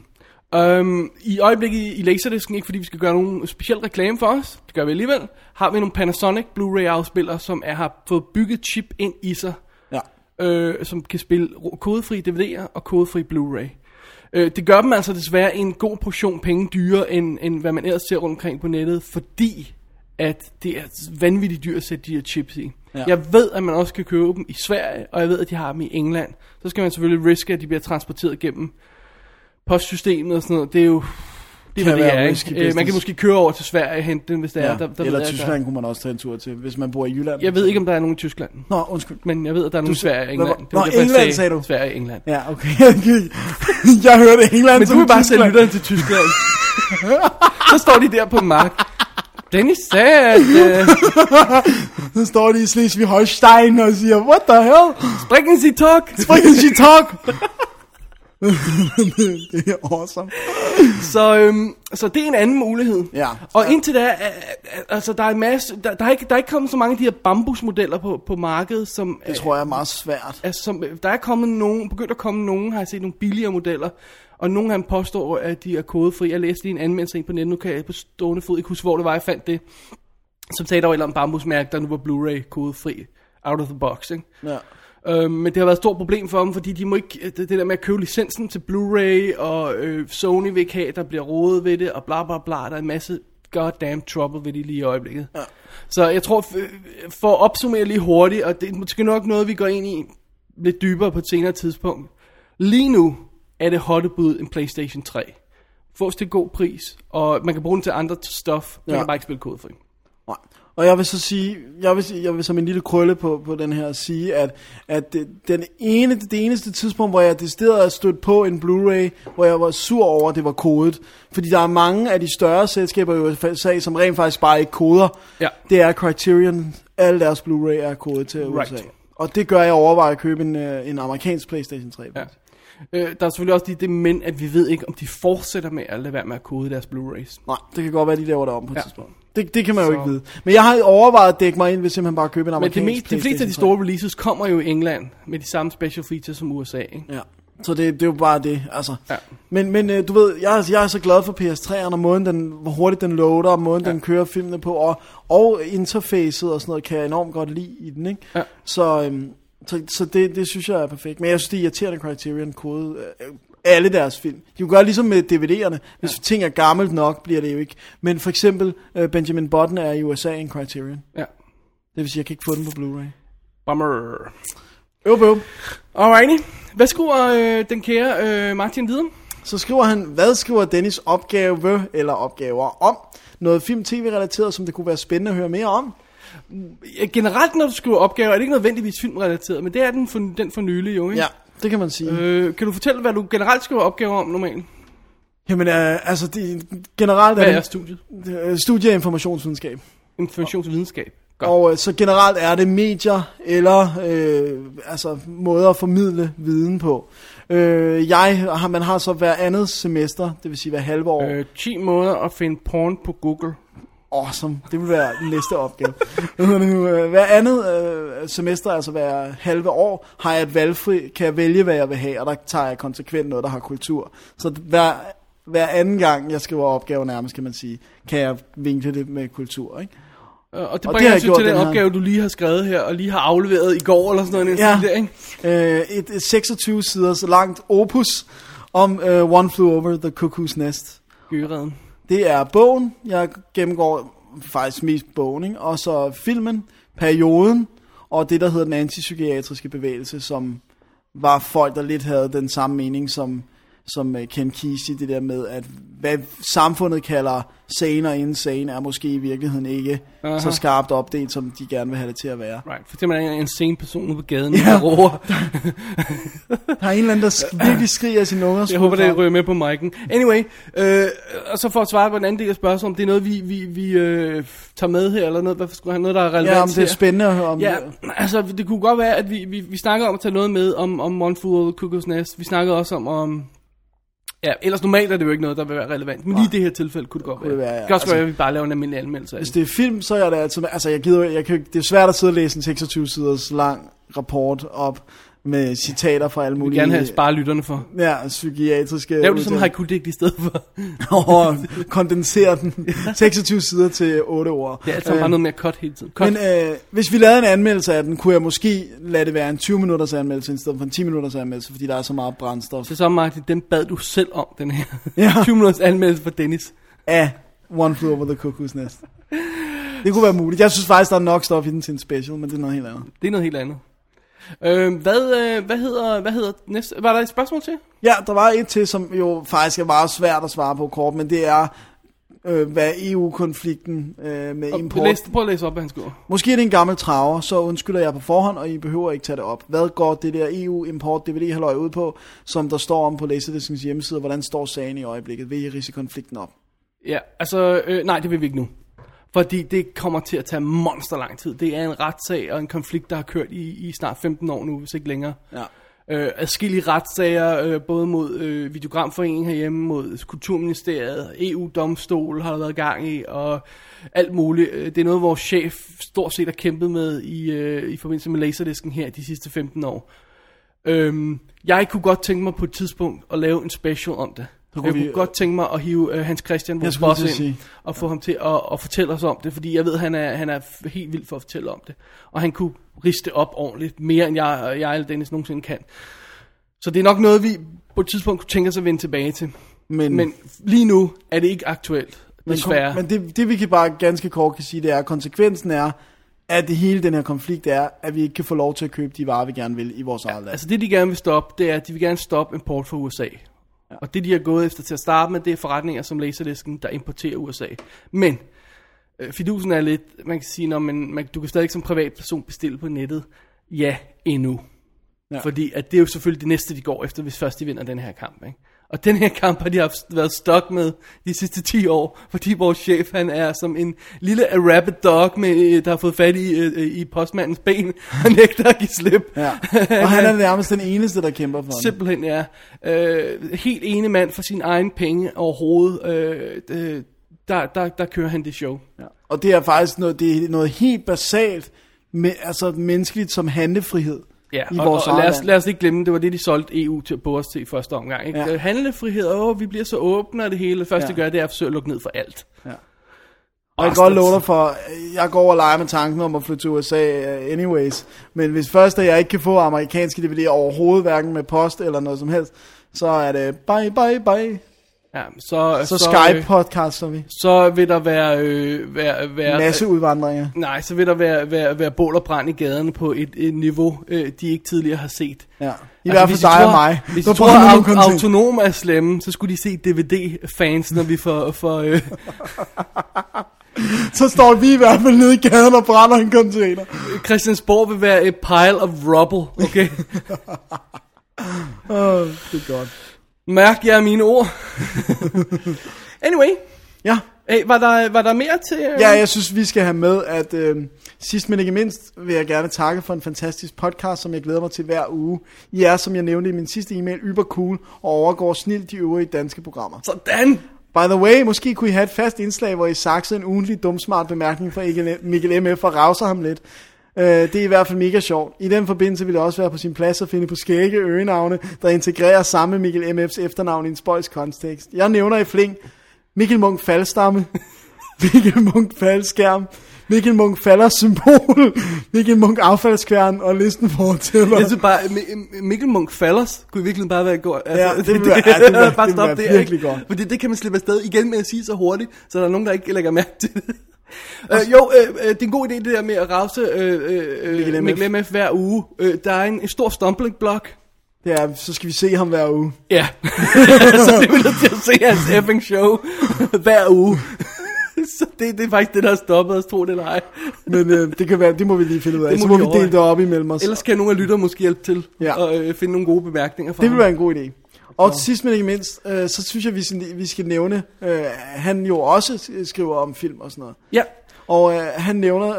I øjeblikket i Laserdisken, ikke fordi vi skal gøre nogen speciel reklame for os, det gør vi alligevel, har vi nogle Panasonic Blu-ray afspillere, som har fået bygget chip ind i sig, som kan spille kodefri DVD'er og kodefri Blu-ray. Det gør dem altså desværre en god portion penge dyrere, end hvad man ellers ser rundt omkring på nettet, fordi at det er vanvittigt dyrt at sætte de her chips i. Ja. Jeg ved, at man også kan købe dem i Sverige, og jeg ved, at de har dem i England. Så skal man selvfølgelig riske, at de bliver transporteret gennem postsystemet og sådan noget. Det er jo... Det er ikke. Man kan måske køre over til Sverige og hente den, hvis det er. Der eller Tyskland kunne man også tage en tur til, hvis man bor i Jylland. Jeg ved ikke, om der er nogen i Tyskland. Nå, undskyld. Men jeg ved, at der er nogen i Sverige og England. Nå, England sagde du? Sverige og England. Ja, okay. Jeg hørte England. Men du vil bare sælge lytteren til Tyskland. Så står de der på en mark. Dennis sagde, at... Så står de i Slesvig-Holstein og siger, what the hell? Sprechen Sie Talk! Sprechen Sie Talk! Det er awesome. Så det er en anden mulighed. Ja. Og indtil da, altså der er en masse, der er ikke kommet så mange af de her bambusmodeller på markedet, som... Det tror jeg er meget svært. Altså, der er begyndt at komme nogen, har jeg set nogle billigere modeller, og nogle af dem påstår, at de er kodefri. Jeg læste lige en anmeldelse på nettet, nu kan jeg på stående fod ikke huske, hvor det var, jeg fandt det, som sagde, der var et eller andet bambusmærke, der nu var Blu-ray kodefri, out of the box, ikke? Ja. Men det har været et stort problem for dem, fordi de må ikke, det der med at købe licensen til Blu-ray, og Sony vil ikke have, der bliver rodet ved det, og bla bla bla, der er en masse goddamn trouble ved det lige i øjeblikket. Ja. Så jeg tror, for at opsummere lige hurtigt, og det er måske nok noget, vi går ind i lidt dybere på et senere tidspunkt. Lige nu er det hotte bud en PlayStation 3. Fås til god pris, og man kan bruge den til andre stuff, man kan bare ikke spille kodefri. Nej. Og jeg vil så sige, jeg vil som en lille krølle på den her sige, at det eneste tidspunkt, hvor jeg decideret er stødt på en Blu-ray, hvor jeg var sur over, at det var kodet. Fordi der er mange af de større selskaber i USA, som rent faktisk bare ikke koder. Ja. Det er Criterion. Alle deres Blu-ray er kodet til USA. Right. Og det gør jeg overveje at købe en amerikansk PlayStation 3. Ja. Der er selvfølgelig også det men, at vi ved ikke, om de fortsætter med at lade være med at kode deres Blu-rays. Nej, det kan godt være, at de laver det om på et tidspunkt. Det kan man jo ikke vide. Men jeg har overvejet at dække mig ind, ved simpelthen bare købe en amerikansk PlayStation 3. Men de fleste af de store releases kommer jo i England med de samme special features som USA, ikke? Ja. Så det er jo bare det, altså. Ja. Men du ved, jeg er så glad for PS3'eren, og måden hvor hurtigt den loader, og måden den kører filmene på, og interfacet og sådan noget, kan jeg enormt godt lide i den, ikke? Ja. Så det synes jeg er perfekt. Men jeg synes, det er irriterende Criterion kode alle deres film. De kunne gøre ligesom med DVD'erne. Hvis ting er gammelt nok, bliver det jo ikke. Men for eksempel, Benjamin Button er i USA en Criterion. Ja. Det vil sige, jeg kan ikke få den på Blu-ray. Bummer. Øv. Alrighty. Hvad skriver den kære Martin videre? Så skriver han, hvad skriver Dennis opgaver om? Noget film-tv-relateret, som det kunne være spændende at høre mere om? Generelt, når du skriver opgaver, er det ikke nødvendigvis filmrelateret, men det er den for nylig jo, ikke? Ja, det kan man sige. Kan du fortælle, hvad du generelt skriver opgaver om normalt? Jamen, generelt hvad er studiet? Studie af informationsvidenskab. Informationsvidenskab. Godt. Og så generelt er det medier eller måder at formidle viden på. Man har så hver andet semester, det vil sige hver halve år. 10 måder at finde porn på Google. Awesome, det vil være den næste opgave. Hver andet semester, altså hver halve år, har jeg et valgfri, kan jeg vælge, hvad jeg vil have, og der tager jeg konsekvent noget, der har kultur. Så hver anden gang, jeg skriver opgave nærmest, kan man sige, kan jeg vinkle det med kultur, ikke? Og det bringer os til den opgave, du lige har skrevet her, og lige har afleveret i går, eller sådan noget. Ja, der, ikke? Et 26 sider så langt opus om One Flew Over the Cuckoo's Nest. Gøreden. Det er bogen, jeg gennemgår faktisk mest bogen, ikke? Og så filmen, perioden, og det, der hedder den antipsykiatriske bevægelse, som var folk, der lidt havde den samme mening som Ken Kesey, det der med, at hvad samfundet kalder sane og insane, er måske i virkeligheden ikke så skarpt opdelt, som de gerne vil have det til at være. Right, for eksempel er en insane person ude på gaden, der råber. Der er en eller anden, der virkelig skriger af sine unger. Jeg håber, det ryger med på mic'en. Anyway, og så for at svare på den anden del af spørgsmålet, om det er noget, vi tager med her, eller noget, hvad skulle have noget, der er relevant. Ja, om det er spændende at høre om. Ja, altså det kunne godt være, at vi snakker om at tage noget med om One Flew Over the Cuckoo's Nest. Vi snakkede også om ja, ellers normalt er det jo ikke noget, der vil være relevant. Men lige i det her tilfælde kunne det godt være. Det kan også være, at vi bare laver en almindelig anmeldelse. Hvis det er film, så er det altså det er svært at sidde og læse en 26 siders lang rapport op med citater fra alle mulige. Vi vil gerne have spare lytterne for. Ja, psykiatriske. Lav det som haiku-digt i stedet for. Og kondensere den 26 sider til 8 ord. Det er altså bare noget mere cut hele tiden. Men hvis vi lavede en anmeldelse af den, kunne jeg måske lade det være en 20 minutters anmeldelse, i stedet for en 10 minutters anmeldelse, fordi der er så meget brændstof. Så Martin, den bad du selv om, den her 20 minutters anmeldelse for Dennis. Ja, One Flew Over the Cuckoo's Nest. Det kunne være muligt. Jeg synes faktisk, der er nok stof i den til en special, men det er noget helt andet. Det er noget helt andet. Hvad hedder næste? Var der et spørgsmål til? Ja, der var et til, som jo faktisk er meget svært at svare på kort, men det er, hvad EU-konflikten med import. Prøv at læse op, hvad han skriver. Måske er det en gammel traver, så undskylder jeg på forhånd, og I behøver ikke tage det op. Hvad går det der EU-import DVD-halløj ud på, som der står om på Laserdiskens hjemmeside? Hvordan står sagen i øjeblikket? Vil I ridse konflikten op? Ja, altså, nej, det vil vi ikke nu. Fordi det kommer til at tage monster lang tid. Det er en retssag og en konflikt, der har kørt i snart 15 år nu, hvis ikke længere. Ja. Adskillige retssager, både mod Videogramforeningen herhjemme, mod Kulturministeriet, EU-domstol har der været gang i, og alt muligt. Det er noget, vores chef stort set har kæmpet med i forbindelse med Laserdisken her de sidste 15 år. Jeg kunne godt tænke mig på et tidspunkt at lave en special om det. Jeg kunne godt tænke mig at hive Hans Christian, vores boss, ind og få ham til at fortælle os om det, fordi jeg ved, at han er helt vild for at fortælle om det. Og han kunne riste op ordentligt, mere end jeg eller Dennis nogensinde kan. Så det er nok noget, vi på et tidspunkt kunne tænke os at vende tilbage til. Men lige nu er det ikke aktuelt, desværre. Men det vi kan bare ganske kort kan sige, det er, at konsekvensen er, at det hele den her konflikt er, at vi ikke kan få lov til at købe de varer, vi gerne vil i vores eget land. Altså det, de gerne vil stoppe, det er, at de vil gerne stoppe import fra USA. Ja. Og det, de har gået efter til at starte med, det er forretninger som Laserdisken, der importerer USA. Men fidusen er lidt, man kan sige, når du kan stadig som privatperson bestille på nettet. Ja, endnu. Ja. Fordi at det er jo selvfølgelig det næste, de går efter, hvis først de vinder den her kamp, ikke? Og den her kamp har de haft været stok med de sidste 10 år, fordi vores chef, han er som en lille rabid dog, der har fået fat i postmandens ben, og nægter at give slip. Ja. Og han er nærmest den eneste, der kæmper for simpelthen, ja. Helt ene mand for sin egen penge overhovedet. Der kører han det show. Ja. Og det er faktisk noget helt basalt, altså menneskeligt som handlefrihed. Ja, og lad os ikke glemme, det var det, de solgte EU på os til i første omgang. Ikke? Ja. Handlefrihed, vi bliver så åbne af det hele. Det første, de gør, det er at forsøge at lukke ned for alt. Ja. Og jeg kan godt love dig for, jeg går og leger med tanken om at flytte til USA anyways. Men hvis først jeg ikke kan få amerikanske DVD'er overhovedet, hverken med post eller noget som helst, så er det bye. Ja, så Skype-podcaster vi. Så vil der være masseudvandringer. Nej, så vil der være bål og brand i gaderne på et niveau, de ikke tidligere har set. Ja. I hvert fald dig og mig. Hvis de tror, at Autonom er slemme, så skulle de se DVD-fans, når vi får så står vi i hvert fald nede i gaden og brænder en container. Christiansborg vil være et pile of rubble, okay? Det er godt. Mærk jer mine ord. Anyway. Ja. Hey, var der mere til? Ja, jeg synes vi skal have med, at sidst men ikke mindst vil jeg gerne takke for en fantastisk podcast, som jeg glæder mig til hver uge. I er, som jeg nævnte i min sidste e-mail, ybercool og overgår snilt de øvrige danske programmer. Sådan. By the way, måske kunne I have et fast indslag, hvor I saksede en ugentlig dumsmart bemærkning fra Mikkel M.F. og rauser ham lidt. Det er i hvert fald mega sjovt. I den forbindelse vil det også være på sin plads at finde på skægge øgenavne, der integrerer samme Mikkel M.F.'s efternavn i en spøjs kontekst. Jeg nævner i flæng Mikkel Munch Faldstamme, Mikkel Munch Faldskærm, Mikkel Munch Falders symbol, Mikkel Munch affaldskværn og listen fortæller. Jeg synes bare, Mikkel Munch Falders kunne virkelig bare være godt. Altså, ja, det vil være virkelig godt. Fordi det kan man slippe afsted igen med at sige så hurtigt, så der er nogen, der ikke lægger mærke til det. Det er en god idé det der med at rause Mikkel M.F. hver uge. Der er en stor stumbling block. Ja, så skal vi se ham hver uge. Ja, så det er vi nødt til at se hans effing show hver uge. Så det er faktisk det, der har stoppet os, tro det eller ej. Men det kan være, det må vi lige finde ud af. Så må vi dele det op imellem os. Ellers kan nogle af lyttere måske hjælpe til at finde nogle gode bemærkninger fra det vil være en god idé. Og til sidst men ikke mindst, så synes jeg, vi skal nævne, han jo også skriver om film og sådan noget. Ja. Og han nævner,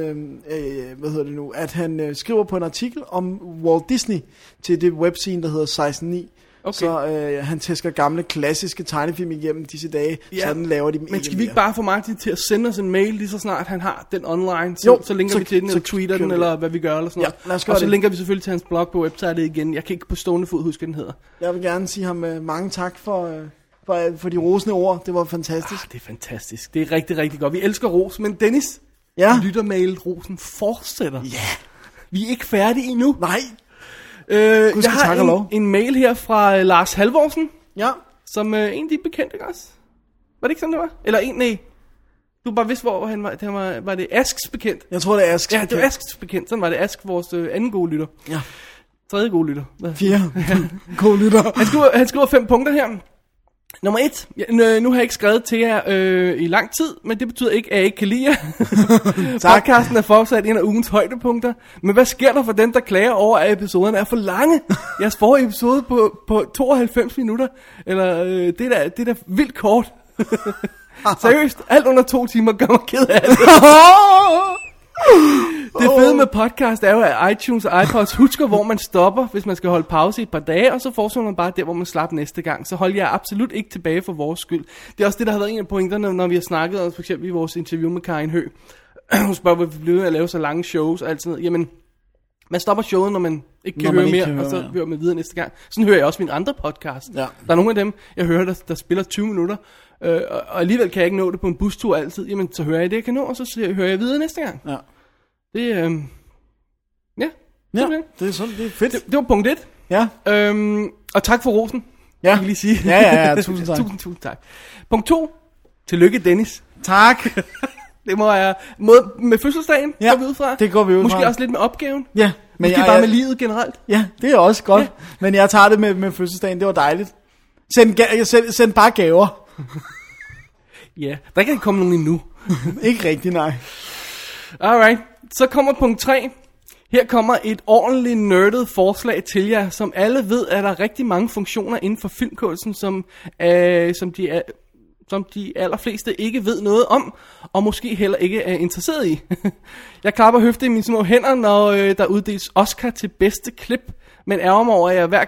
at han skriver på en artikel om Walt Disney til det webscene, der hedder 16.9. Okay. Så han tæsker gamle, klassiske tegnefilm igennem disse dage, sådan laver de dem. Men skal vi ikke bare få Martin til at sende os en mail, lige så snart han har den online, så linker vi til den, eller tweeter den, eller hvad vi gør, eller sådan noget. Lad os gøre og så linker vi selvfølgelig til hans blog på websitet igen. Jeg kan ikke på stående fod huske, den hedder. Jeg vil gerne sige ham mange tak for de rosende ord. Det var fantastisk. Det er fantastisk. Det er rigtig, rigtig godt. Vi elsker ros, men Dennis, lyttermail-rosen fortsætter. Ja. Vi er ikke færdige endnu. Nej. Jeg har en mail her fra Lars Halvorsen. Ja. Som en af de bekendte, ikke også? Var det ikke sådan, det var? Eller nej. Du bare vidste, hvor han var. Var det Asks bekendt? Jeg tror, det er Asks bekendt. Ja, det var Asks bekendt. Sådan var det Ask, vores anden gode lytter. Ja. Tredje gode lytter. 4 gode lytter. Han skriver 5 punkter her. Nummer 1. Nu har jeg ikke skrevet til jer i lang tid, men det betyder ikke, at jeg ikke kan lide jer. Podcasten er fortsat en af ugens højdepunkter. Men hvad sker der for dem, der klager over, at episoderne er for lange? Jeres forrige episode på 92 minutter. Eller det er da vildt kort. Seriøst, alt under 2 timer gør mig ked af det. Det fede med podcast er jo, at iTunes og iPods husker, hvor man stopper, hvis man skal holde pause i et par dage, og så fortsætter man bare der, hvor man slap næste gang. Så hold jer absolut ikke tilbage for vores skyld. Det er også det, der har været en af pointerne, når vi har snakket om, for eksempel i vores interview med Karin Høgh. Hun spørger, hvorfor vi bliver ved at lave så lange shows og alt sådan noget. Jamen, man stopper showet, når man ikke kan høre mere, og så hører man videre næste gang. Sådan hører jeg også mine andre podcast. Ja. Der er nogle af dem, jeg hører, der spiller 20 minutter, og alligevel kan jeg ikke nå det på en bustur altid. Jamen, så hører jeg det, jeg kan nå, og så hører jeg videre næste gang. Ja. Det er fedt. Det var punkt 1. Ja. Og tak for rosen. Ja. Jeg vil lige sige. Ja, tusind tak. tusind tak. Punkt 2. Tillykke, Dennis. Tak. Det må være med fødselsdagen, går vi ud fra. Det går vi ud fra. Måske også lidt med opgaven. Ja. Men måske bare med livet generelt. Ja, det er også godt. Ja. Men jeg tager det med fødselsdagen, det var dejligt. Send bare gaver. Ja, der kan ikke komme nogen endnu. Ikke rigtigt, nej. Alright, så kommer punkt 3. Her kommer et ordentligt nørdet forslag til jer. Som alle ved, er der rigtig mange funktioner inden for filmkunsten, som de allerfleste ikke ved noget om, og måske heller ikke er interesseret i. Jeg klapper høfte i mine små hænder, når der uddeles Oscar til bedste klip, men ærger mig over, at jeg hver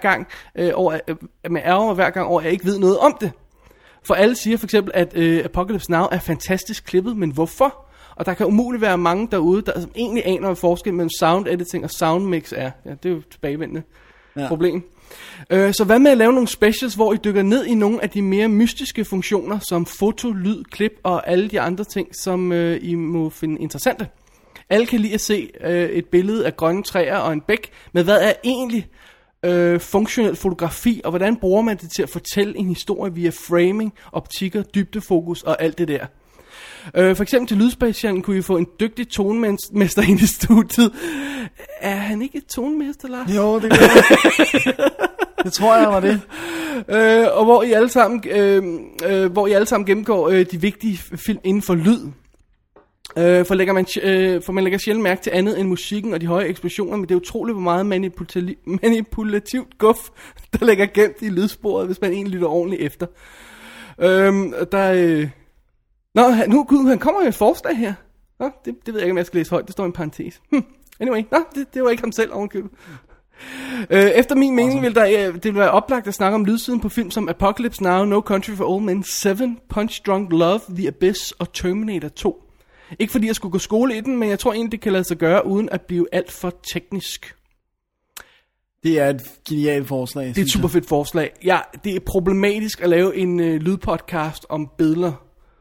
gang over, at jeg ikke ved noget om det. For alle siger for eksempel, at Apocalypse Now er fantastisk klippet, men hvorfor? Og der kan umuligt være mange derude, der egentlig aner, hvad forskellen mellem sound editing og sound mix er. Ja, det er jo et tilbagevendende problem. Så hvad med at lave nogle specials, hvor I dykker ned i nogle af de mere mystiske funktioner, som foto, lyd, klip og alle de andre ting, som I må finde interessante. Alle kan lide at se et billede af grønne træer og en bæk, men hvad er egentlig funktionel fotografi, og hvordan bruger man det til at fortælle en historie via framing, optikker, dybdefokus og alt det der. For eksempel til lydspecialen kunne I få en dygtig tonemester ind i studiet. Er han ikke et tonemester, Lars? Jo, det gør jeg. Det tror jeg var det. Og hvor I alle sammen gennemgår de vigtige film inden for lyd. For man lægger sjældent mærke til andet end musikken og de høje eksplosioner, men det er utroligt, hvor meget manipulativt guf, der ligger gemt i lydsporet, hvis man egentlig lytter ordentligt efter. Han kommer med et forslag her. Nå, det ved jeg ikke, om jeg skal læse højt. Det står i en parentes. Anyway, det var ikke ham selv ovenkøbet. Efter min mening vil det være oplagt at snakke om lydsiden på film som Apocalypse Now, No Country for Old Men, Seven, Punch Drunk Love, The Abyss og Terminator 2. Ikke fordi jeg skulle gå skole i den, men jeg tror egentlig, det kan lade sig gøre, uden at blive alt for teknisk. Det er et genialt forslag. Det er et super fedt forslag. Ja, det er problematisk at lave en lydpodcast om billeder.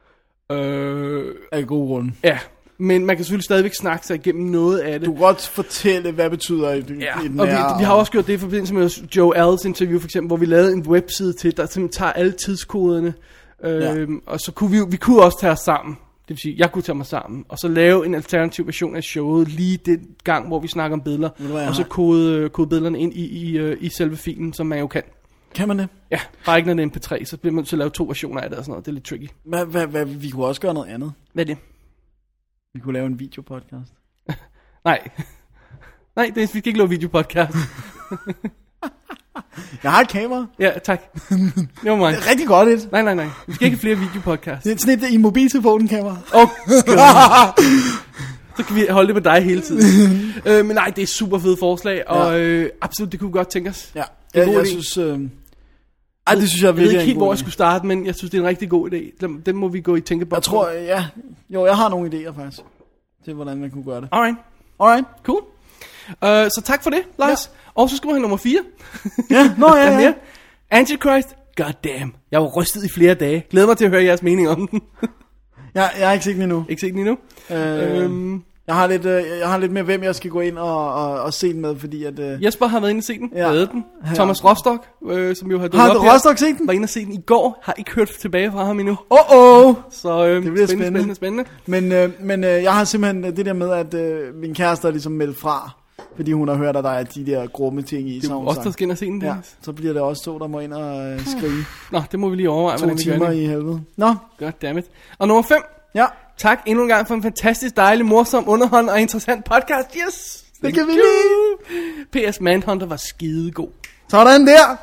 Af god grund. Ja, men man kan selvfølgelig stadigvæk snakke sig igennem noget af det. Du kan godt fortælle, hvad betyder i den og vi har også gjort det i forbindelse med Joe Alls interview, for eksempel, hvor vi lavede en webside til, der simpelthen tager alle tidskoderne. Og så kunne vi kunne også tage os sammen. Det vil sige, jeg kunne tage mig sammen, og så lave en alternativ version af showet, lige den gang, hvor vi snakker om billeder, og så kode billederne ind i selve filen, som man jo kan. Kan man det? Ja, bare ikke når det er MP3, så bliver man nødt til at lave 2 versioner af det og sådan noget. Det er lidt tricky. Vi kunne også gøre noget andet. Hvad er det? Vi kunne lave en videopodcast. Nej, vi skal ikke lave videopodcast. Jeg har et kamera. Ja, tak. Det var mig. Det er rigtig godt et. Nej. Vi skal ikke have flere videopodcasts. Det er sådan et i mobiltelefonen kamera. Så kan vi holde det på dig hele tiden. Men nej, det er et super fedt forslag, og absolut, det kunne vi godt tænke os. Ja, jeg synes... det synes jeg virkelig. Jeg ved ikke helt, hvor jeg skulle starte, men jeg synes, det er en rigtig god idé. Den må vi gå i tænkeboks. Jeg tror, jeg har nogle idéer faktisk, til hvordan man kunne gøre det. Alright. Cool. Så tak for det, Lars. Ja. Og så skal vi have nummer 4. Ja. Antichrist, goddamn. Jeg var rystet i flere dage. Glæder mig til at høre jeres mening om den. Jeg har ikke set den endnu. Ikke set den endnu? Jeg har lidt med, hvem jeg skal gå ind og se den med, fordi at... Jesper har været inde og set den. Ja. Den. Thomas Rostock, som jo har dukket op her. Har Rostock set den? Var inde og se den i går. Har ikke hørt tilbage fra ham endnu. Så det bliver spændende. Men jeg har simpelthen det der med, at min kæreste er ligesom meldt fra, fordi hun har hørt, at der er de der grumme ting i. Det er også, der skal ind og se den, Dennis. Ja, så bliver det også to, der må ind og skrive. Nå, det må vi lige overveje, 2 timer i helvede. Nå. Goddammit. Og nummer 5. Ja. Tak endnu en gang for en fantastisk, dejlig, morsom, underholdende og interessant podcast. Yes! Det kan vi lide. PS Manhunter var skidegod. Sådan der.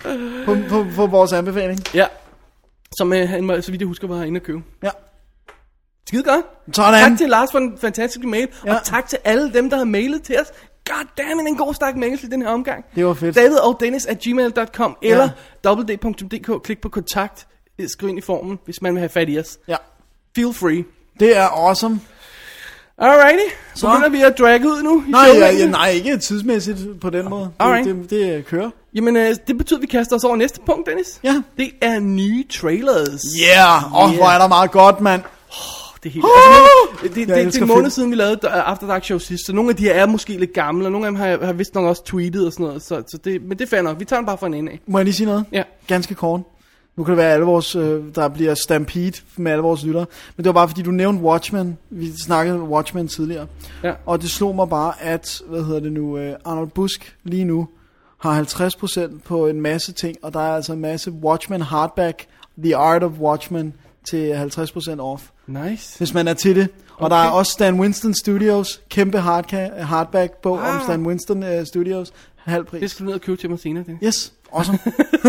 På vores anbefaling. Ja. Som han, så vidt jeg husker, var inde at købe. Ja. Skide godt. Sådan. Tak til Lars for en fantastisk mail. Ja. Og tak til alle dem, der har mailet til os. Goddammit, en god stak mails i den her omgang. Det var fedt. davidogdennis@gmail.com eller www.dk. Klik på kontakt. Skriv ind i formen, hvis man vil have fat i os. Ja. Feel free. Det er awesome. Alrighty. Så begynder vi at dragge ud nu. Nej, ikke tidsmæssigt på den måde. Det kører. Jamen, det betyder, at vi kaster os over næste punkt, Dennis. Ja. Det er nye trailers. Hvor er der meget godt, mand. Det er helt... det er en måned siden, vi lavede After Dark Show sidst, så nogle af de her er måske lidt gamle, og nogle af dem har vist nok også tweetet og sådan noget, så det, men det er fair nok. Vi tager den bare fra en ende af. Må jeg lige sige noget? Ja. Ganske kort. Nu kan det være alle vores, der bliver stampede med alle vores lyttere. Men det var bare fordi du nævnte Watchmen. Vi snakkede om Watchmen tidligere. Ja. Og det slog mig bare, at, Arnold Busk lige nu har 50% på en masse ting. Og der er altså en masse Watchmen hardback, The Art of Watchmen til 50% off. Nice. hvis man er til det. Og der er også Stan Winston Studios, kæmpe hardback-bog om Stan Winston Studios, halv pris. Det skal du ned og købe til mig senere. Det. Yes, awesome.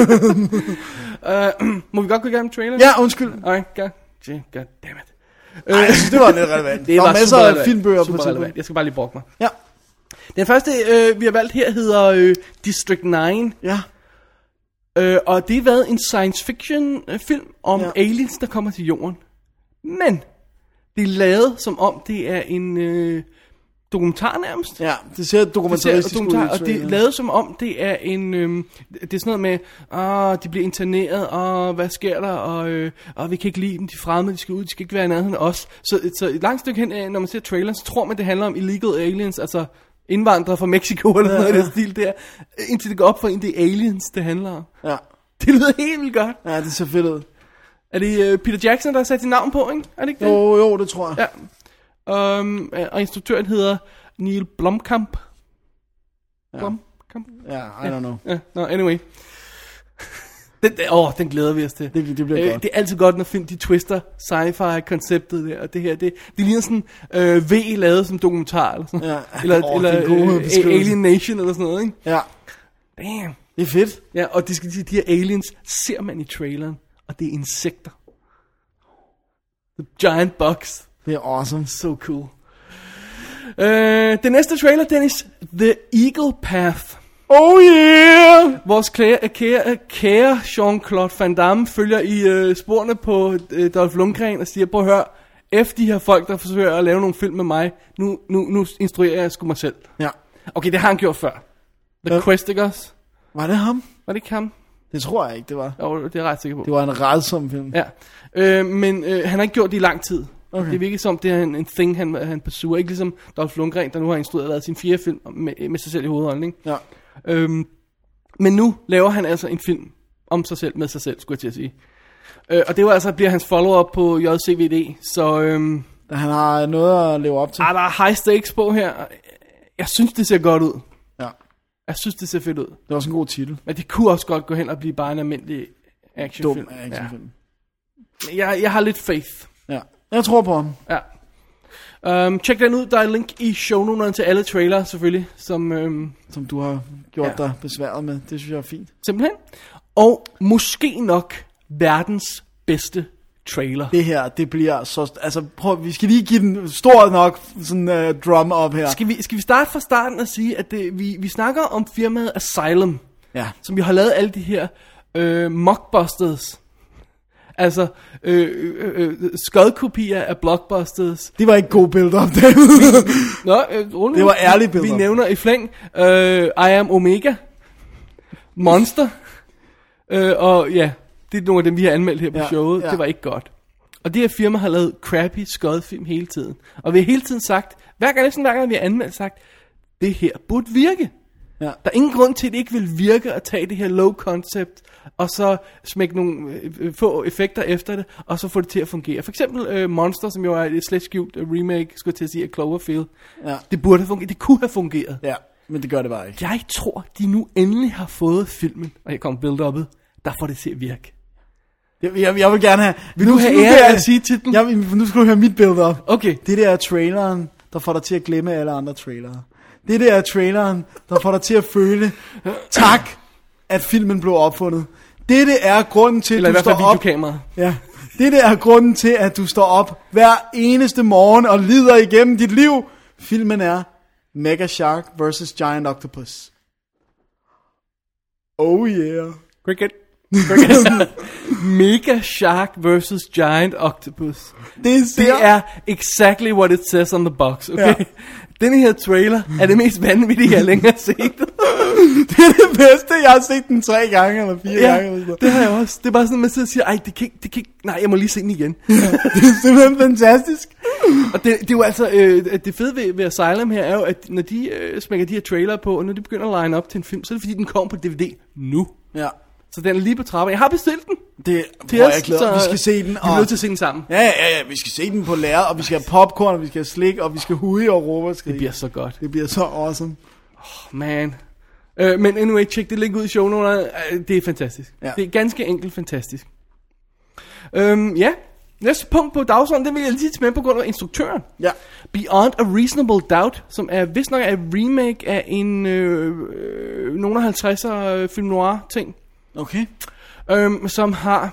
Må vi godt gå igennem med traileren? Ja, undskyld. Okay, god damn it. Ej, jeg synes, det var lidt relevant. Der var masser af filmbøger på tilbud. Jeg skal bare lige brokke mig. Ja. Den første, vi har valgt her, hedder District 9. Ja. Og det har været en science fiction film om aliens, der kommer til jorden. Men det er lavet som om det er en dokumentar nærmest. Ja, det ser dokumentaristisk ud. Og det er lavet som om det er en... det er sådan noget med, de bliver interneret, og hvad sker der, og vi kan ikke lide dem, de fremmede, de skal ud, de skal ikke være i nærheden af os. Så et langt stykke hen, når man ser traileren, så tror man, det handler om illegal aliens, altså indvandrere fra Mexico eller noget af det stil der. Indtil det går op for en, det er aliens, det handler om. Ja. Det lyder helt vildt godt. Ja, det ser fedt ud. Er det Peter Jackson, der har sat sit navn på, ikke? Er det ikke det? Jo, det tror jeg. Ja. Og instruktøren hedder Neil Blomkamp. Blomkamp? Ja, I don't know. Ja, no, anyway. Den glæder vi os til. Det bliver godt. Det er altid godt, når film de twister sci-fi-konceptet der. Og det her, det ligner sådan V lavet som dokumentar, eller sådan. Ja. Eller Alien Nation, eller sådan noget, ikke? Ja. Damn. Det er fedt. Ja, og de her aliens ser man i traileren, og det er insekter. The giant bugs. Det er awesome. So cool. Den næste trailer, Dennis, The Eagle Path. Oh yeah! Vores kære Jean-Claude Van Damme følger i sporene på Dolph Lundgren og siger, prøv at høre, efter de her folk, der forsøger at lave nogle film med mig, nu instruerer jeg sgu mig selv. Ja. Okay, det har han gjort før. The Quest, ikke også? Var det ham? Var det ikke ham? Det tror jeg ikke, det var. Jo, det er jeg ret sikker på. Det var en rædsom film. Ja. Men han har ikke gjort det i lang tid. Okay. Det virker som, det er en thing, han pursuer. Ikke ligesom Dolph Lundgren, der nu har instrueret sin 4. film med sig selv i hovedrollen, ikke? Ja. Men nu laver han altså en film om sig selv, med sig selv, skulle jeg til at sige. Og det var altså, bliver hans follow-up på JCVD, så... Han har noget at leve op til. Der er high stakes på her. Jeg synes, det ser godt ud. Ja. Jeg synes, det ser fedt ud. Det er også en god titel. Men det kunne også godt gå hen og blive bare en almindelig actionfilm. Dum actionfilm. Ja. Jeg har lidt faith. Ja. Jeg tror på ham. Ja. Check den ud. Der er en link i shownoterne til alle trailere, selvfølgelig. Som du har gjort dig besværet med. Det synes jeg er fint. Simpelthen. Og måske nok verdens bedste trailer. Det her, det bliver så... Altså, prøv, vi skal lige give den stor nok sådan drum op her. Skal vi starte fra starten og sige, at vi snakker om firmaet Asylum. Ja. Som vi har lavet alle de her mockbusters. Altså, skodkopier af blockbusters. Det var ikke god build-up, David. Det var ærlig build-up. Vi nævner i flæng I Am Omega, Monster, og ja, det er nogle af dem, vi har anmeldt her på showet. Ja. Det var ikke godt. Og det her firma har lavet crappy skodfilm hele tiden. Og vi har hele tiden sagt, næsten hver gang vi har anmeldt, sagt, det her burde virke. Ja. Der er ingen grund til, at det ikke vil virke at tage det her low concept, og så smække nogle få effekter efter det, og så få det til at fungere. For eksempel Monster, som jo er et slet skjult remake, skulle jeg til at sige, af Cloverfield. Ja. Det burde have fungeret. Det kunne have fungeret. Ja, men det gør det bare ikke. Jeg tror, de nu endelig har fået filmen, og jeg kommer build-up'et, der får det til at virke. Jeg vil gerne have... Vil du have ære at sige titlen? Nu skal du høre mit build-up. Okay. Det der er traileren, der får dig til at glemme alle andre trailere. Det der er traileren, der får dig til at føle, tak, at filmen blev opfundet. Det er grunden til, at du står op. Ja. Det er grunden til, at du står op hver eneste morgen og lider igennem dit liv. Filmen er Mega Shark vs. Giant Octopus. Oh yeah. Cricket. Mega Shark vs. Giant Octopus. Det er exactly what it says on the box, okay? Ja. Denne her trailer er det mest vanvittige, jeg længere har set. Det er det bedste, jeg har set den 3 gange eller 4 gange. Eller det har jeg også. Det er bare sådan, man sidder og siger, ej, det kan ikke, nej, jeg må lige se den igen. Ja, det er simpelthen fantastisk. Og det er jo altså, det fede ved Asylum her er jo, at når de smækker de her trailer på, og når de begynder at line op til en film, så er det fordi, den kommer på DVD nu. Ja. Så den er lige på trappen. Jeg har bestilt den. Det er jeg glad. Vi skal se den. Vi er nødt til at se den sammen. Ja. Vi skal se den på lærred, og vi skal have popcorn, og vi skal have slik, og vi skal hude og råbe og skrige. Det bliver så godt. Det bliver så awesome. Man. Men anyway, check det link ud i shownoterne. Det er fantastisk. Ja. Det er ganske enkelt fantastisk. Ja. Næste punkt på dagsordenen, det vil jeg lige tage med på grund af instruktøren. Ja. Beyond a Reasonable Doubt, som er vist nok et remake af en nogle af 50'er film noir ting. Okay. Som har,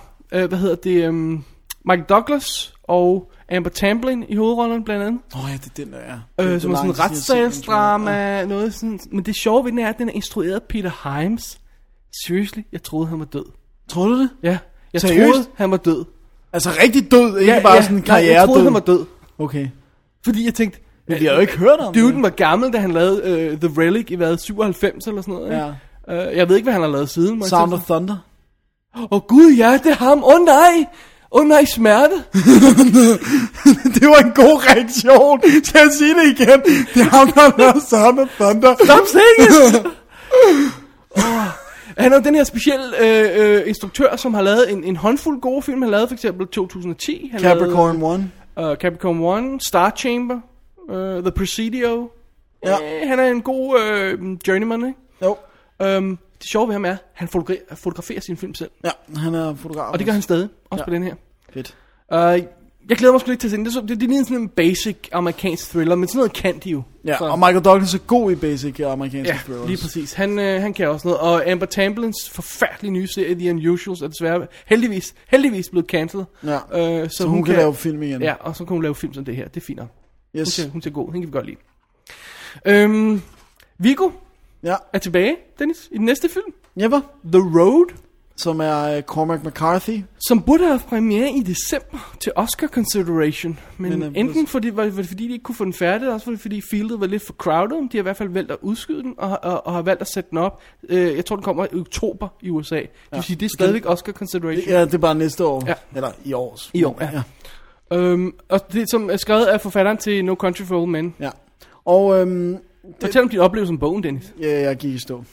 Michael Douglas og Amber Tamblyn i hovedrollen blandt andet. Ja, det er den der, ja. Som er sådan en retssagsdrama, noget sådan. Men det sjove ved den er, at den er instrueret af Peter Hyams. Seriously, jeg troede han var død. Tror du det? Ja, jeg Seriøst? troede han var død. Altså rigtig død, ikke bare sådan en karriere jeg troede død. han var død. Okay. Fordi jeg tænkte, Men vi har jo ikke hørt om duden var gammel, da han lavede The Relic i 97 eller sådan noget. Ja. Jeg ved ikke, hvad han har lavet siden. Sound of Thunder. Gud, ja, det er ham. Nej, smerte. Det var en god reaktion til at sige det igen. Det er ham, der har lavet Sound of Thunder. Stop saying it! Han er den her specielle instruktør, som har lavet en håndfuld gode film. Han lavede for eksempel 2010. Capricorn One. Capricorn One, Star Chamber, The Presidio. Ja. Han er en god journeyman, ikke? Jo. Det sjove ved ham er, han fotograferer sin film selv. Ja, han er fotograf. Og det gør han stadig, også på den her. Fedt. Jeg glæder mig sgu lidt til at se den. Det ligner sådan en basic amerikansk thriller, men sådan noget kan de jo. Ja, så. og Michael Douglas er god i basic amerikanske thrillers. Ja, lige præcis. Han kan også noget. Og Amber Tamblyns forfærdelige nye serie, The Unusuals, er desværre heldigvis blevet cancelled. Ja, så hun kan lave film igen. Ja, og så kan hun lave film som det her. Det er fint nok. Yes. Hun ser god. Hende kan vi godt lide. Viggo er tilbage, Dennis, i den næste film. Jepper. The Road. Som er Cormac McCarthy. Som burde have premiere i december til Oscar consideration. Men enten var det fordi de ikke kunne få den færdig, også fordi fieldet var lidt for crowded. De har i hvert fald valgt at udskyde den, og har valgt at sætte den op. Jeg tror, den kommer i oktober i USA. Det vil sige, det er stadigvæk Oscar consideration. Ja, det er bare næste år. Ja. Eller i år. I år, ja. Og det som er skrevet af forfatteren til No Country for Old Men. Ja. Og fortæl om din oplevelse om bogen, Dennis. Ja, jeg gik i stå.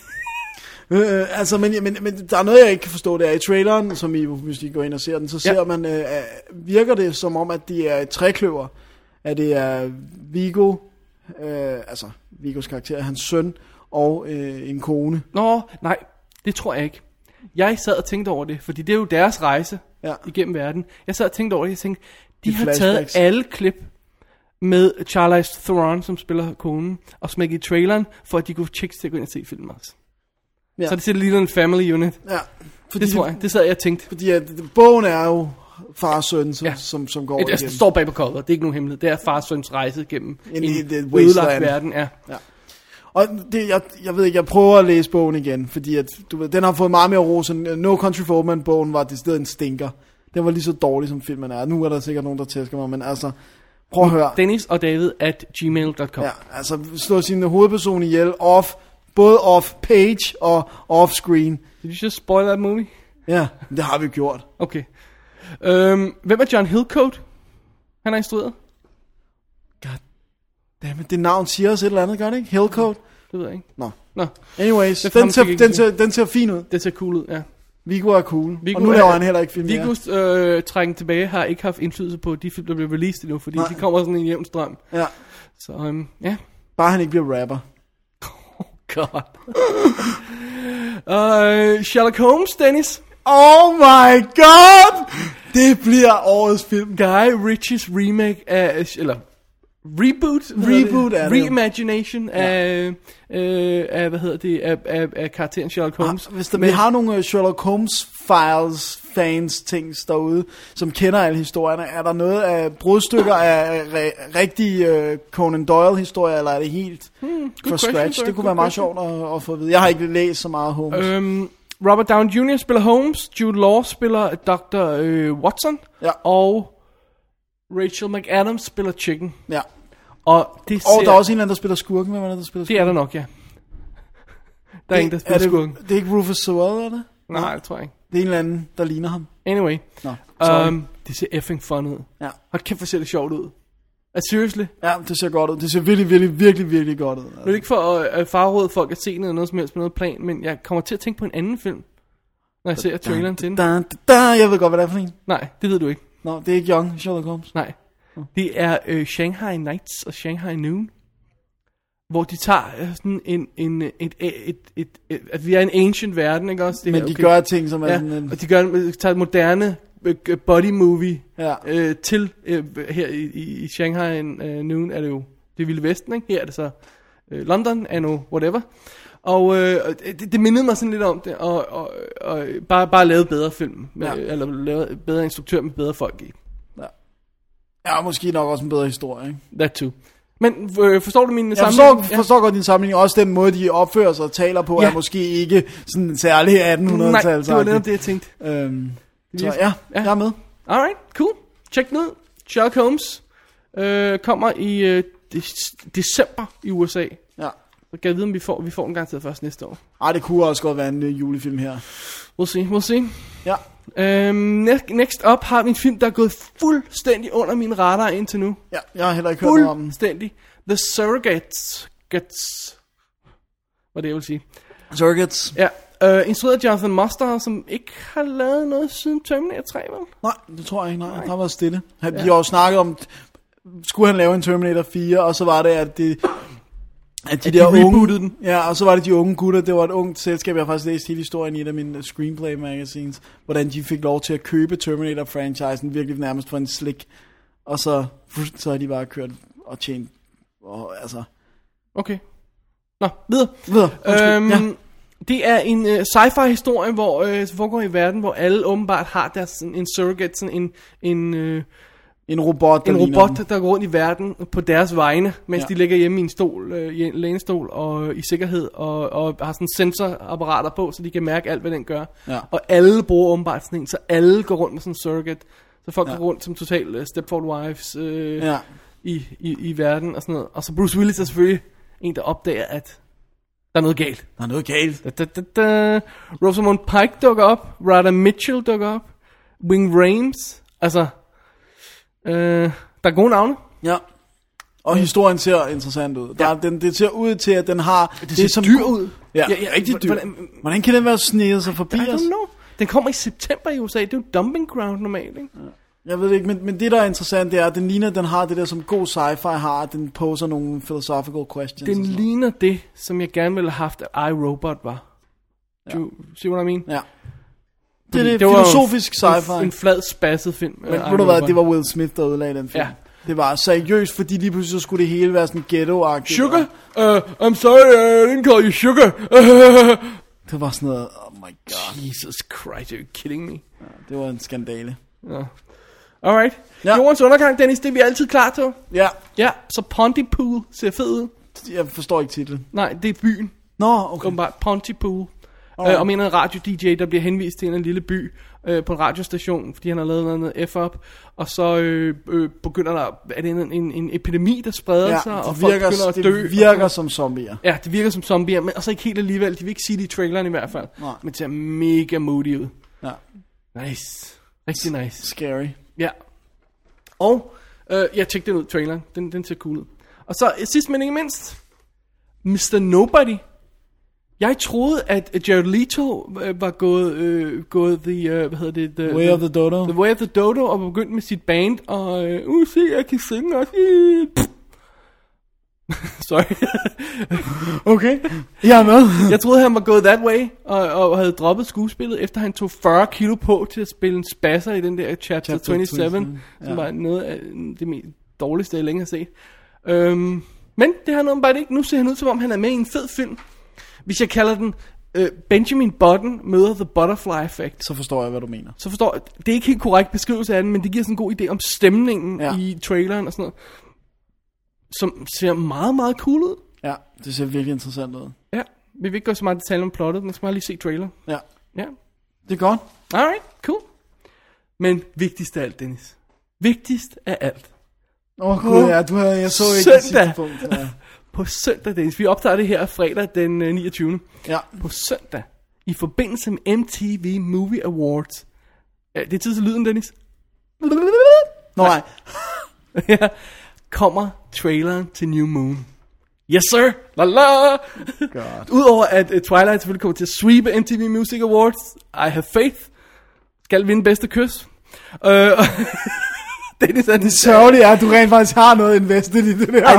Men der er noget, jeg ikke kan forstå. Det er i traileren, som I, hvis I går ind og ser den, så ser man, virker det som om, at det er et trækløver. At det er Viggo, altså Viggos karakter, hans søn og en kone. Nå, nej, det tror jeg ikke. Jeg sad og tænkte over det, fordi det er jo deres rejse igennem verden. Jeg sad og tænkte over det, jeg tænkte, de har taget alle klip med Charlize Theron, som spiller konen, og smækket i traileren, for at de kunne tjekke til at gå ind og se filmen også. Ja. Så det ser lidt en family unit. Ja. Fordi det tror jeg. Det sad jeg og tænkte. Fordi bogen er jo far og søn, som går over igennem. Det står bag på coveret. Det er ikke nogen hemmelighed. Det er far og søns rejse gennem en ødelagt verden. Ja. Og det, jeg ved ikke, jeg prøver at læse bogen igen, fordi at, du ved, den har fået meget mere ros. No Country for Old Men bogen var det stedet en stinker. Den var lige så dårlig som filmen er. Nu er der sikkert nogen, der tæsker mig, men altså, prøv at høre. Dennis og David @gmail.com. Ja, altså slå sin hovedperson ihjel både off-page og off-screen. Did you just spoil that movie? Ja, det har vi gjort. Okay. Hvem er John Hillcoat? Han har instrueret. Goddammit, det navn siger os et eller andet, gør det ikke? Hillcoat? Det ved jeg ikke. Nå. Anyways, den ser fin ud. Den ser cool ud, ja. Viggo er cool. Viggo, og nu laver han heller ikke film mere. Viggos trækken tilbage har ikke haft indflydelse på de film, der bliver released endnu, fordi de kommer sådan en jævn strøm. Ja. Så ja. Bare han ikke bliver rapper. God. Sherlock Holmes, Dennis. Oh my god! Det bliver årets film. Guy Ritchies remake af, eller reboot af reimagination af hvad hedder det, af karakteren Sherlock Holmes. Hvis vi har nogle Sherlock Holmes files fans ting derude, som kender alle historierne, er der noget af brudstykker af rigtige Conan Doyle historier, eller er det helt fra scratch? Det kunne være meget sjovt at få at vide. Jeg har ikke læst så meget Holmes. Robert Downey Jr. spiller Holmes, Jude Law spiller Dr. Watson, og Rachel McAdams spiller Chicken. Ja. Og der er også en eller anden, der spiller skurken. Hvem er der spiller skurken? Det er der nok, ja. Der er en, der spiller skurken. Det er ikke Rufus Sewell, er det? Nej, det tror jeg ikke. Det er en eller anden, der ligner ham. Anyway. Det ser effing fun ud. Ja. Hold kæft, hvor ser det sjovt ud. Seriously? Ja, det ser godt ud. Det ser virkelig godt ud. Altså. Det er ikke for at farråde folk at se noget som helst på noget plan, men jeg kommer til at tænke på en anden film, når jeg ser traileren til den. Jeg ved godt, hvad det er for en. Nej, det ved du ikke. Nå, det er ikke Young Sherlock Holmes. Nej. Det er Shanghai Nights og Shanghai Noon, hvor de tager sådan at vi er en ancient verden, ikke også? Det men her, de gør ting som er sådan og de tager moderne body movie til her i Shanghai Noon er det jo det vilde vesten, ikke? Her er det så London, anno whatever. Og det mindede mig sådan lidt om det, og bare lavet bedre film, eller lavet bedre instruktør med bedre folk i. Ja, måske nok også en bedre historie, ikke? That too. Men forstår du min sammenligning? Jeg forstår godt din sammenligning. Også den måde, de opfører sig og taler på, er måske ikke sådan særlig 1800-tallet. Nej, det var netop det, jeg tænkte. Så ja, jeg er med. Alright, cool. Check den ud. Sherlock Holmes kommer i december i USA. Ja. Så kan jeg vide, om vi får den garanteret først næste år. Ej, det kunne også godt være en julefilm her. We'll see. Ja. Next up har vi en film, der er gået fuldstændig under min radar indtil nu. Ja, jeg har heller ikke hørt noget om den. Fuldstændig. The Surrogates. Hvad det jeg vil sige. Surrogates. Ja. Instrueret Jonathan Moster, som ikke har lavet noget siden Terminator 3, vel? Nej, det tror jeg ikke. Nej. Han har været stille. De har jo snakket om, skulle han lave en Terminator 4, og så var det, at de der unge, den. Ja, og så var det de unge gutter. Det var et ungt selskab. Jeg har faktisk læst hele historien i et af mine screenplay magazines, hvordan de fik lov til at købe Terminator-franchisen virkelig nærmest for en slik. Og så har de bare kørt og tjent. Og, altså. Okay. Nå, videre. Det er en sci-fi historie, hvor foregår i verden, hvor alle åbenbart har deres en surrogate, sådan en robot, der går rundt i verden på deres vegne, mens de ligger hjemme i en stol, i en lænestol og i sikkerhed, og har sådan sensorapparater på, så de kan mærke alt, hvad den gør. Ja. Og alle bruger åbenbart sådan en, så alle går rundt med sådan en surrogate. Så folk går rundt som total Stepford Wives i verden og sådan noget. Og så Bruce Willis er selvfølgelig en, der opdager, at der er noget galt. Rosamund Pike dukker op, Radha Mitchell dukker op, Ving Rhames, altså... der er gode navne. Ja. Og historien ser interessant ud. Det ser ud til, at den har... Det ser som dyr ud. Ja, rigtig dyr. Hvordan kan den være snedet sig forbi os? Den kommer i september i USA. Det er jo dumping ground normalt, ikke? Ja. Jeg ved det ikke, men det der er interessant, det er, at den ligner, den har det der, som god sci-fi har, at den poser nogle philosophical questions. Den ligner det, som jeg gerne ville have haft, at iRobot var. Du see what I mean? Ja. Det er filosofisk sci-fi. En flad, spasset film. Men ved du hvad, det var Will Smith, der ødelagde den film. Ja. Det var seriøst, fordi lige pludselig så skulle det hele være sådan ghetto-agtigt. Sugar? I'm sorry, I didn't call you Sugar. Det var sådan noget, oh my god. Jesus Christ, are you kidding me? Ja, det var en skandale. Ja. Alright. Jordens undergang, Dennis, det er vi altid klar til. Ja. Ja, så Pontypool ser fed ud. Jeg forstår ikke titlen. Nej, det er byen. Nå, okay. Pontypool. Om en radio-DJ, der bliver henvist til en lille by på en radiostation, fordi han har lavet noget F-up, og så begynder der, er det en epidemi, der spreder sig, og folk begynder at dø. Det virker som zombier. Ja, det virker som zombier, men også ikke helt alligevel. De vil ikke sige det i traileren i hvert fald. Nej. Men det ser mega moody ud. Ja. Nice. Rigtig nice. Scary. Ja. Og jeg tjekkede den ud, traileren. Den ser cool ud. Og så sidst men ikke mindst, Mr. Nobody. Jeg troede, at Jared Leto var gået hvad hedder det? The Way of the Dodo. The Way of the Dodo, og var begyndt med sit band, og se, jeg kan synge også. Sorry. Okay, jeg er med. Jeg troede, han var gået that way, og havde droppet skuespillet, efter han tog 40 kilo på til at spille en spasser i den der Chapter 27, som var noget af det mest dårligste, jeg længe har set. Men det har noget bare ikke. Nu ser han ud, som om han er med i en fed film. Hvis jeg kalder den Benjamin Button møder The Butterfly Effect, så forstår jeg, hvad du mener. Så forstår jeg. Det er ikke helt korrekt beskrivelse af den, men det giver sådan en god idé om stemningen i traileren og sådan noget, som ser meget, meget cool ud. Ja, det ser virkelig interessant ud. Ja, vi vil ikke gå så meget detaljer om plottet, men jeg skal bare lige se trailer. Ja. Det er godt. Alright, cool. Men vigtigst af alt, Dennis. Vigtigst af alt. Gud, jeg så ikke det sidste punkt. Ja. På søndag, Dennis. Vi optager det her fredag den 29. Ja. På søndag, i forbindelse med MTV Movie Awards. Det er tid til lyden, Dennis. Nej. Ja. Kommer traileren til New Moon. Yes, sir. La la. Udover at Twilight selvfølgelig kommer til at sweepe MTV Music Awards, I have faith. Skal vinde bedste kys. Det sørgelige er, at du rent faktisk har noget investet i det der. I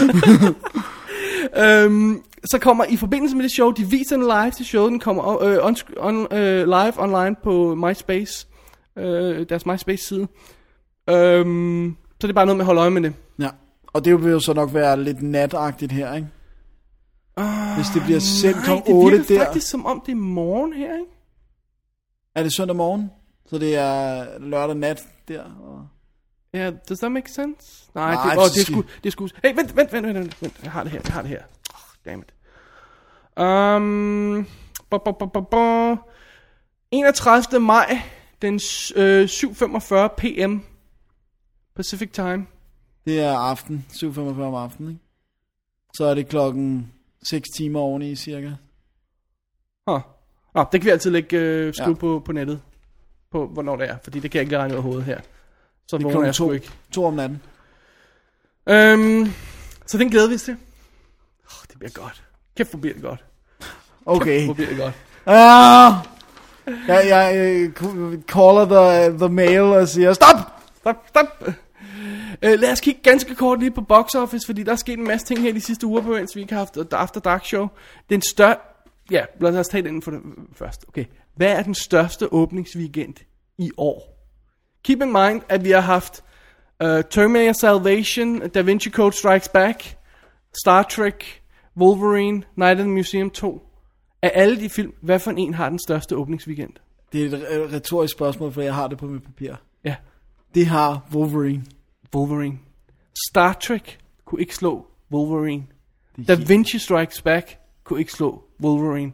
know. Så kommer i forbindelse med det show, de viser den live til showet, den kommer live online på MySpace. deres MySpace-side. Så det er bare noget med at holde øje med det. Ja, og det vil jo så nok være lidt natagtigt her, ikke? Hvis det bliver sendt kl. 8 der. det virker faktisk som om det er morgen her, ikke? Er det søndag morgen? Så det er lørdag nat der? Og... Ja, does that make sense? Nej, det er sgu... Hey, vent. Jeg har det her. Damn it. 31. maj, den 7:45 p.m. Pacific Time. Det er aften, 7:45 om aftenen, ikke? Så er det klokken 6 timer oveni, cirka. Det kan vi altid lægge skrive på nettet, på hvornår det er, fordi det kan jeg ikke regne ud af hovedet her. Så det er klokken 2 om natten. Så den glæder vi til. Det bliver godt. Kæft, hvor bliver det godt. Okay. Kæft, hvor bliver det godt. Jeg caller the mail og siger, stop! Lad os kigge ganske kort lige på box office, fordi der er sket en masse ting her de sidste uger, mens vi ikke har haft After Dark Show. Den største... Ja, lad os tage den for det først. Okay. Hvad er den største åbningsweekend i år? Keep in mind, at vi har haft Terminator Salvation, Da Vinci Code Strikes Back, Star Trek, Wolverine, Night at the Museum 2. Af alle de film, hvad for en har den største åbningsweekend? Det er et retorisk spørgsmål, for jeg har det på mit papir. Ja. Det har Wolverine. Star Trek kunne ikke slå Wolverine. Da Vinci Strikes Back kunne ikke slå Wolverine.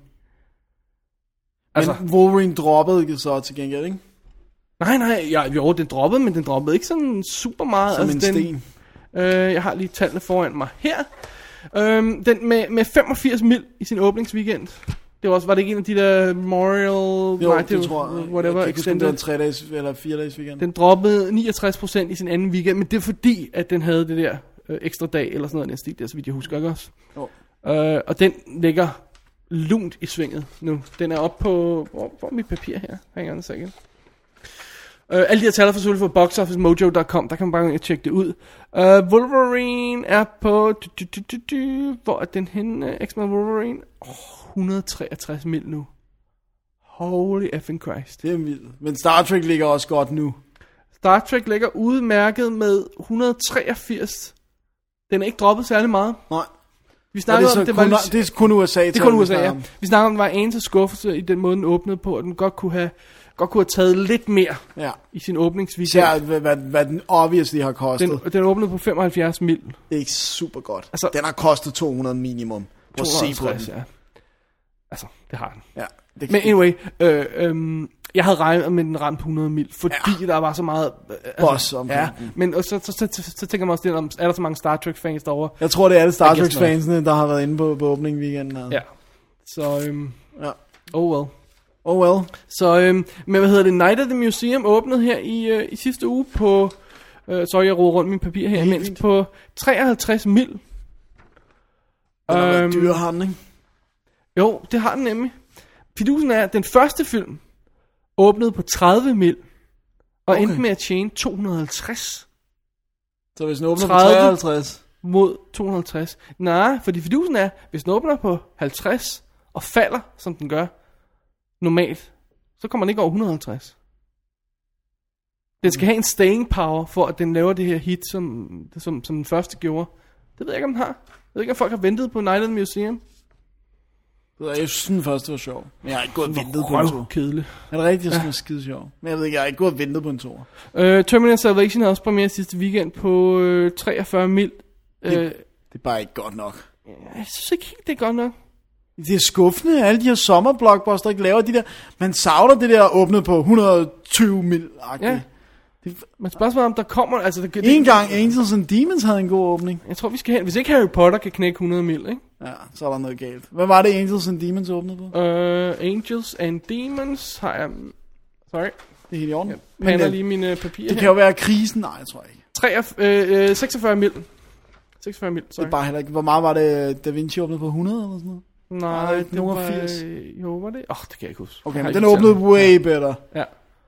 Altså, men Wolverine droppede så til gengæld, ikke? Nej, jo, den droppede, men den droppede ikke sådan super meget. Som en sten. Jeg har lige tallene foran mig her. Den med 85 mil i sin åbningsweekend. Det var det ikke en af de der Memorial... Jo, det tror jeg. Whatever, jeg kan huske, 3 dages eller 4 dages weekend. Den droppede 69% i sin anden weekend, men det er fordi, at den havde det der ekstra dag, eller sådan noget, den stil der, så vidt jeg husker, ikke også? Og den ligger lunt i svinget nu. Den er oppe på... Hvor er mit papir her? Hang on a second. Alle de her tal er selvfølgelig fra boxofficemojo.com. Der kan man bare gå ind og tjekke det ud. Wolverine er på... Hvor er den henne? X-Men Wolverine? 163 mil nu. Holy effing Christ. Det er vildt. Men Star Trek ligger også godt nu. Star Trek ligger udmærket med 183. Den er ikke droppet særlig meget. Nej. Vi snakkede om, det er kun USA. Det er kun USA, ja. Vi snakkede om, at der var en til skuffelse i den måde, den åbnede på, at den godt kunne have taget lidt mere i sin åbningsweekend. Ja, hvad den obviously har kostet. Den åbnede på 75 mil. Det er ikke super godt. Altså, den har kostet 200 minimum. 260, ja. Altså, det har den. Ja. Men anyway, jeg havde regnet med den ramte 100 mil, fordi der var så meget... boss omkring den. Men så tænker man også, er der så mange Star Trek fans derovre? Jeg tror, det er alle Star Trek fansene, der har været inde på åbning weekenden. Altså. Ja. Så, Oh well. Så, men hvad hedder det? Night at the Museum åbnede her i sidste uge på... sorry, jeg roder rundt min papir her imens. På 53 mil. Den har været dyre ham, ikke? Jo, det har den nemlig. Fidusen er, at den første film åbnede på 30 mil, og endte med at tjene 250. Så hvis den åbner på 53? Mod 250. Nej, fordi fidusen er, hvis den åbner på 50, og falder, som den gør, normalt, så kommer den ikke over 150. Den skal have en staying power, for at den laver det her hit, som den første gjorde. Det ved jeg ikke, om den har. Jeg ved ikke, om folk har ventet på Night at the Museum. Jeg synes, den første var sjov. Men jeg har ikke gået og ventet på en tur. Kedelig. Er det rigtigt, jeg synes, skide sjov? Men jeg ved ikke, jeg har ikke gået og ventet på en tur. Terminator Salvation havde også premiere sidste weekend på 43 mil. Det er bare ikke godt nok. Jeg synes ikke helt, det er godt nok. Det er skuffende, at alle de her sommerblockbuster ikke laver de der... Man savner det der åbnet på 120 mil-agtigt. Ja. Men spørgsmålet om der kommer... Altså, en gang Angels and Demons havde en god åbning. Jeg tror, vi skal hen. Hvis ikke Harry Potter kan knække 100 mil, ikke? Ja, så er der noget galt. Hvad var det, Angels and Demons åbnede på? Angels and Demons har jeg... Sorry. Det er helt i orden. Jeg pander lige mine papirer Det kan jo være krisen. Nej, jeg tror ikke. 46 mil. 46 mil, sorry. Det er bare heller ikke... Hvor meget var det, Da Vinci åbnede på 100 eller sådan noget? Nej, det var 80. Jo, var det? Det kan jeg ikke huske. Okay, men den åbnede way better. Ja.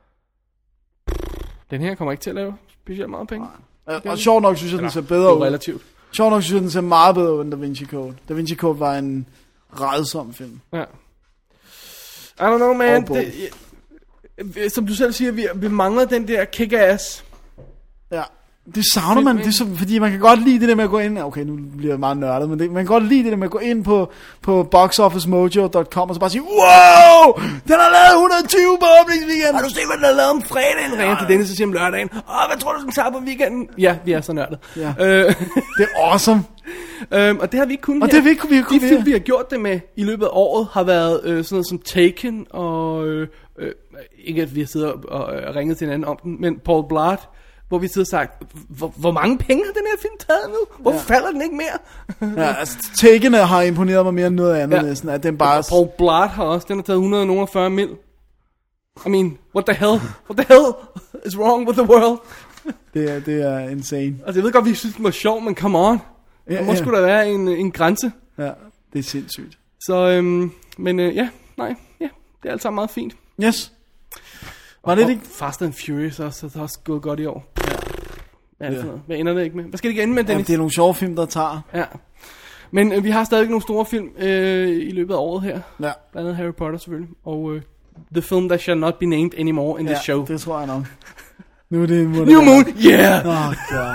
Den her kommer ikke til at lave specielt meget penge. Og sjovt nok synes jeg, den ser bedre ud. Relativt. Sjovt nok synes jeg, den ser meget bedre ud end Da Vinci Code. Da Vinci Code var en rædsom film. Ja. I don't know, man. som du selv siger, vi mangler den der kick-ass. Ja. Det savner man, det er så, fordi man kan godt lide det der med at gå ind, okay, nu bliver jeg meget nørdet, men man kan godt lide det der med at gå ind på boxofficemojo.com og så bare sige, wow, den har lavet 120 på åbningsweekenden. Har du set, hvad den har lavet om fredagen? Ringer til Dennis og siger om lørdagen. Hvad tror du, den tager på weekenden? Ja, vi er så nørdet. Ja. Det er awesome. Og det har vi ikke kunnet. Og det har vi ikke kunnet. De film, vi har gjort det med i løbet af året, har været sådan noget som Taken, og ikke at vi har siddet og ringet til hinanden om den, men Paul Blart, hvor vi sidder og sagt, hvor mange penge har den her film taget nu? Hvorfor falder den ikke mere? Ja, altså Taken har imponeret mig mere end noget andet næsten, at den bare... Paul Blart har også, den har taget 140 mil. I mean, what the hell is wrong with the world? det er insane. Altså jeg ved godt, vi synes den var sjov, men come on. Der må sgu da være en grænse. Ja, det er sindssygt. Så, det er alt sammen meget fint. Yes. Var det ikke? Fast and Furious også, det har også gået godt i år. Ja. Hvad er det for noget? Hvad ender det ikke med? Hvad skal det ikke ende med, Dennis? Ja, det er nogle sjove film, der tager. Ja. Men vi har stadig nogle store film i løbet af året her. Ja. Blandt andet Harry Potter selvfølgelig. Og The Film That Shall Not Be Named Anymore in the Show. Det tror jeg nok. Nu er det... New Moon, yeah! Oh, God.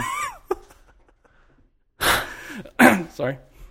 Sorry.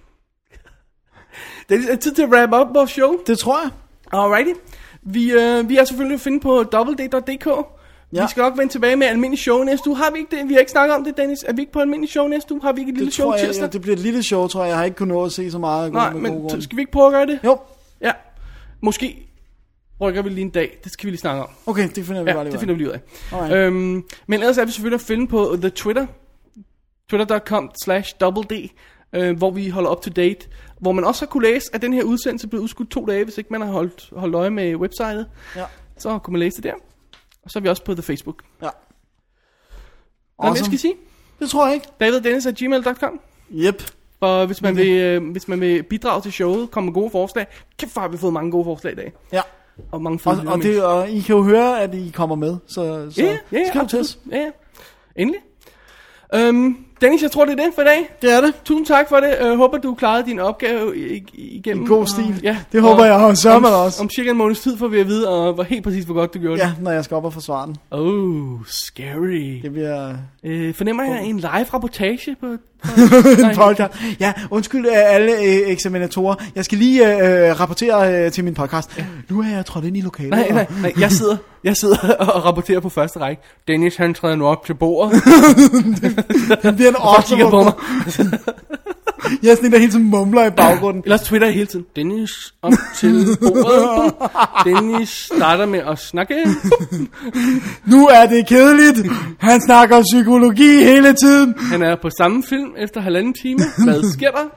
Det er tid til at wrap up vores show. Det tror jeg. Alrighty. Vi er selvfølgelig at finde på www.dk. Ja. Vi skal nok vende tilbage med almindelig show næste uge. Har vi ikke det? Vi har ikke snakket om det, Dennis. Er vi ikke på almindelig show næste uge? Har vi ikke et lille show tirsdag? Ja, det bliver et lille show, tror jeg. Jeg har ikke kunnet nå at se så meget. Nej, men skal vi ikke prøve at gøre det? Jo. Ja. Måske rykker vi lige en dag. Det skal vi lige snakke om. Okay, det finder vi bare lige ud af. Det finder vi lige ud af. Men ellers er vi selvfølgelig at finde på The Twitter. Twitter.com/DD. Hvor vi holder up to date, hvor man også har kunne læse, at den her udsendelse blev udskudt 2 dage, hvis ikke man har holdt øje med websitet. Ja. Så kunne man læse det der. Og så er vi også på The Facebook. Ja. Hvad mere skal I sige? Det tror jeg ikke. Daviddennis@gmail.com. Yep. Og hvis man vil bidrage til showet, komme med gode forslag. Kæft, har vi fået mange gode forslag i dag. Ja. Og mange fede og I kan jo høre, at I kommer med, så skriv til os. Ja, endelig. Dennis, jeg tror det er det for i dag. Det er det. Tusind tak for det. Håber du klarede din opgave igennem. I god stil. Ja. Det håber jeg også. Om cirka en måneds tid får vi at vide, og hvor helt præcis hvor godt du gjorde det. Ja, når jeg skal op og forsvare den. Scary. Det bliver... Fornemmer jeg en live rapportage på en podcast. Ja, undskyld alle eksaminatorer. Jeg skal lige rapportere til min podcast. Nu er jeg trådt ind i lokalet. Nej. Jeg sidder og rapporterer på første række. Dennis, han træder nu op til bordet. Det bliver en kigger på mig. Jeg er sådan en, der hele tiden mumler i baggrunden. Ellers Twitter hele tiden. Dennis op til bordet. Dennis starter med at snakke. Nu er det kedeligt. Han snakker psykologi hele tiden. Han er på samme film efter 1,5 time. Hvad sker der?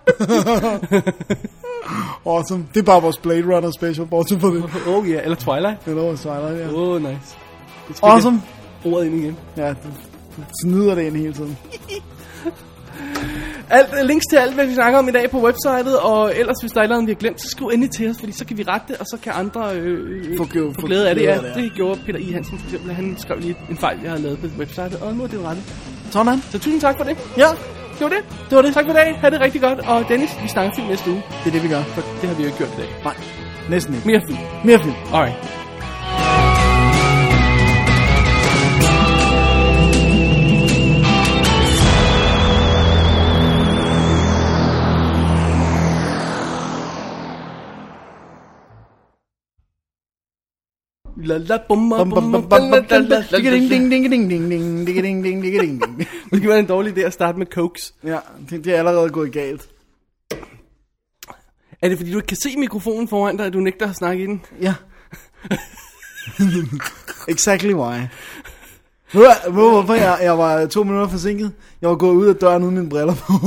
Awesome. Det er bare vores Blade Runner special, bortset for det. Ja, eller Twilight. Eller Twilight, ja. Nice. Awesome. Ordet ind igen. Ja, du snyder det ind hele tiden. Links til alt, hvad vi snakker om i dag på websitet, og ellers, hvis der er noget, vi har glemt, så skriv endelig til os, fordi så kan vi rette det, og så kan andre få glæde af det. Ja, det gjorde Peter I. Hansen for eksempel. Han skrev lige en fejl, jeg havde lavet på websitet, og nu er det rettet. Sådan. Så tusind tak for det. Ja. Det var det. Tak for i dag. Ha' det rigtig godt. Og Dennis, vi snakker film næste uge. Det er det, vi gør. For det har vi jo ikke gjort i dag. Nej, næsten ikke. Mere film. Alright. Det kan være en dårlig idé at starte med Cokes. Ja, det er allerede gået galt. Er det fordi du ikke kan se mikrofonen foran dig, at du nægter at snakke i den? Ja. Exactly why. Hvorfor jeg var 2 minutter forsinket? Jeg var gået ud af døren uden mine briller på.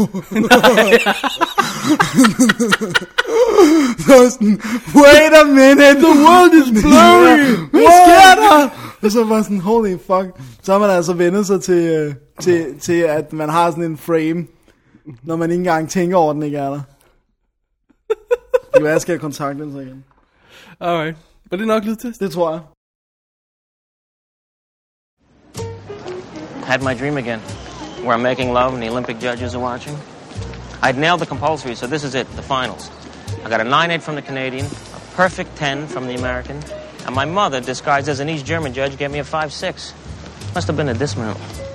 Så sådan, wait a minute, the world is blurry. Hvad sker der? Og så var sådan, holy fuck. Så har man altså vendt sig til at man har sådan en frame, når man ikke engang tænker over, den ikke er der. Det kan være, jeg skal have kontaktlinser igen. Alright. Var det nok lydtest? Det tror jeg. Had my dream again, where I'm making love and the Olympic judges are watching. I'd nailed the compulsory, so this is it, the finals. I got a 9.8 from the Canadian, a perfect 10 from the American, And my mother, disguised as an East German judge, gave me a 5.6. Must have been a dismount.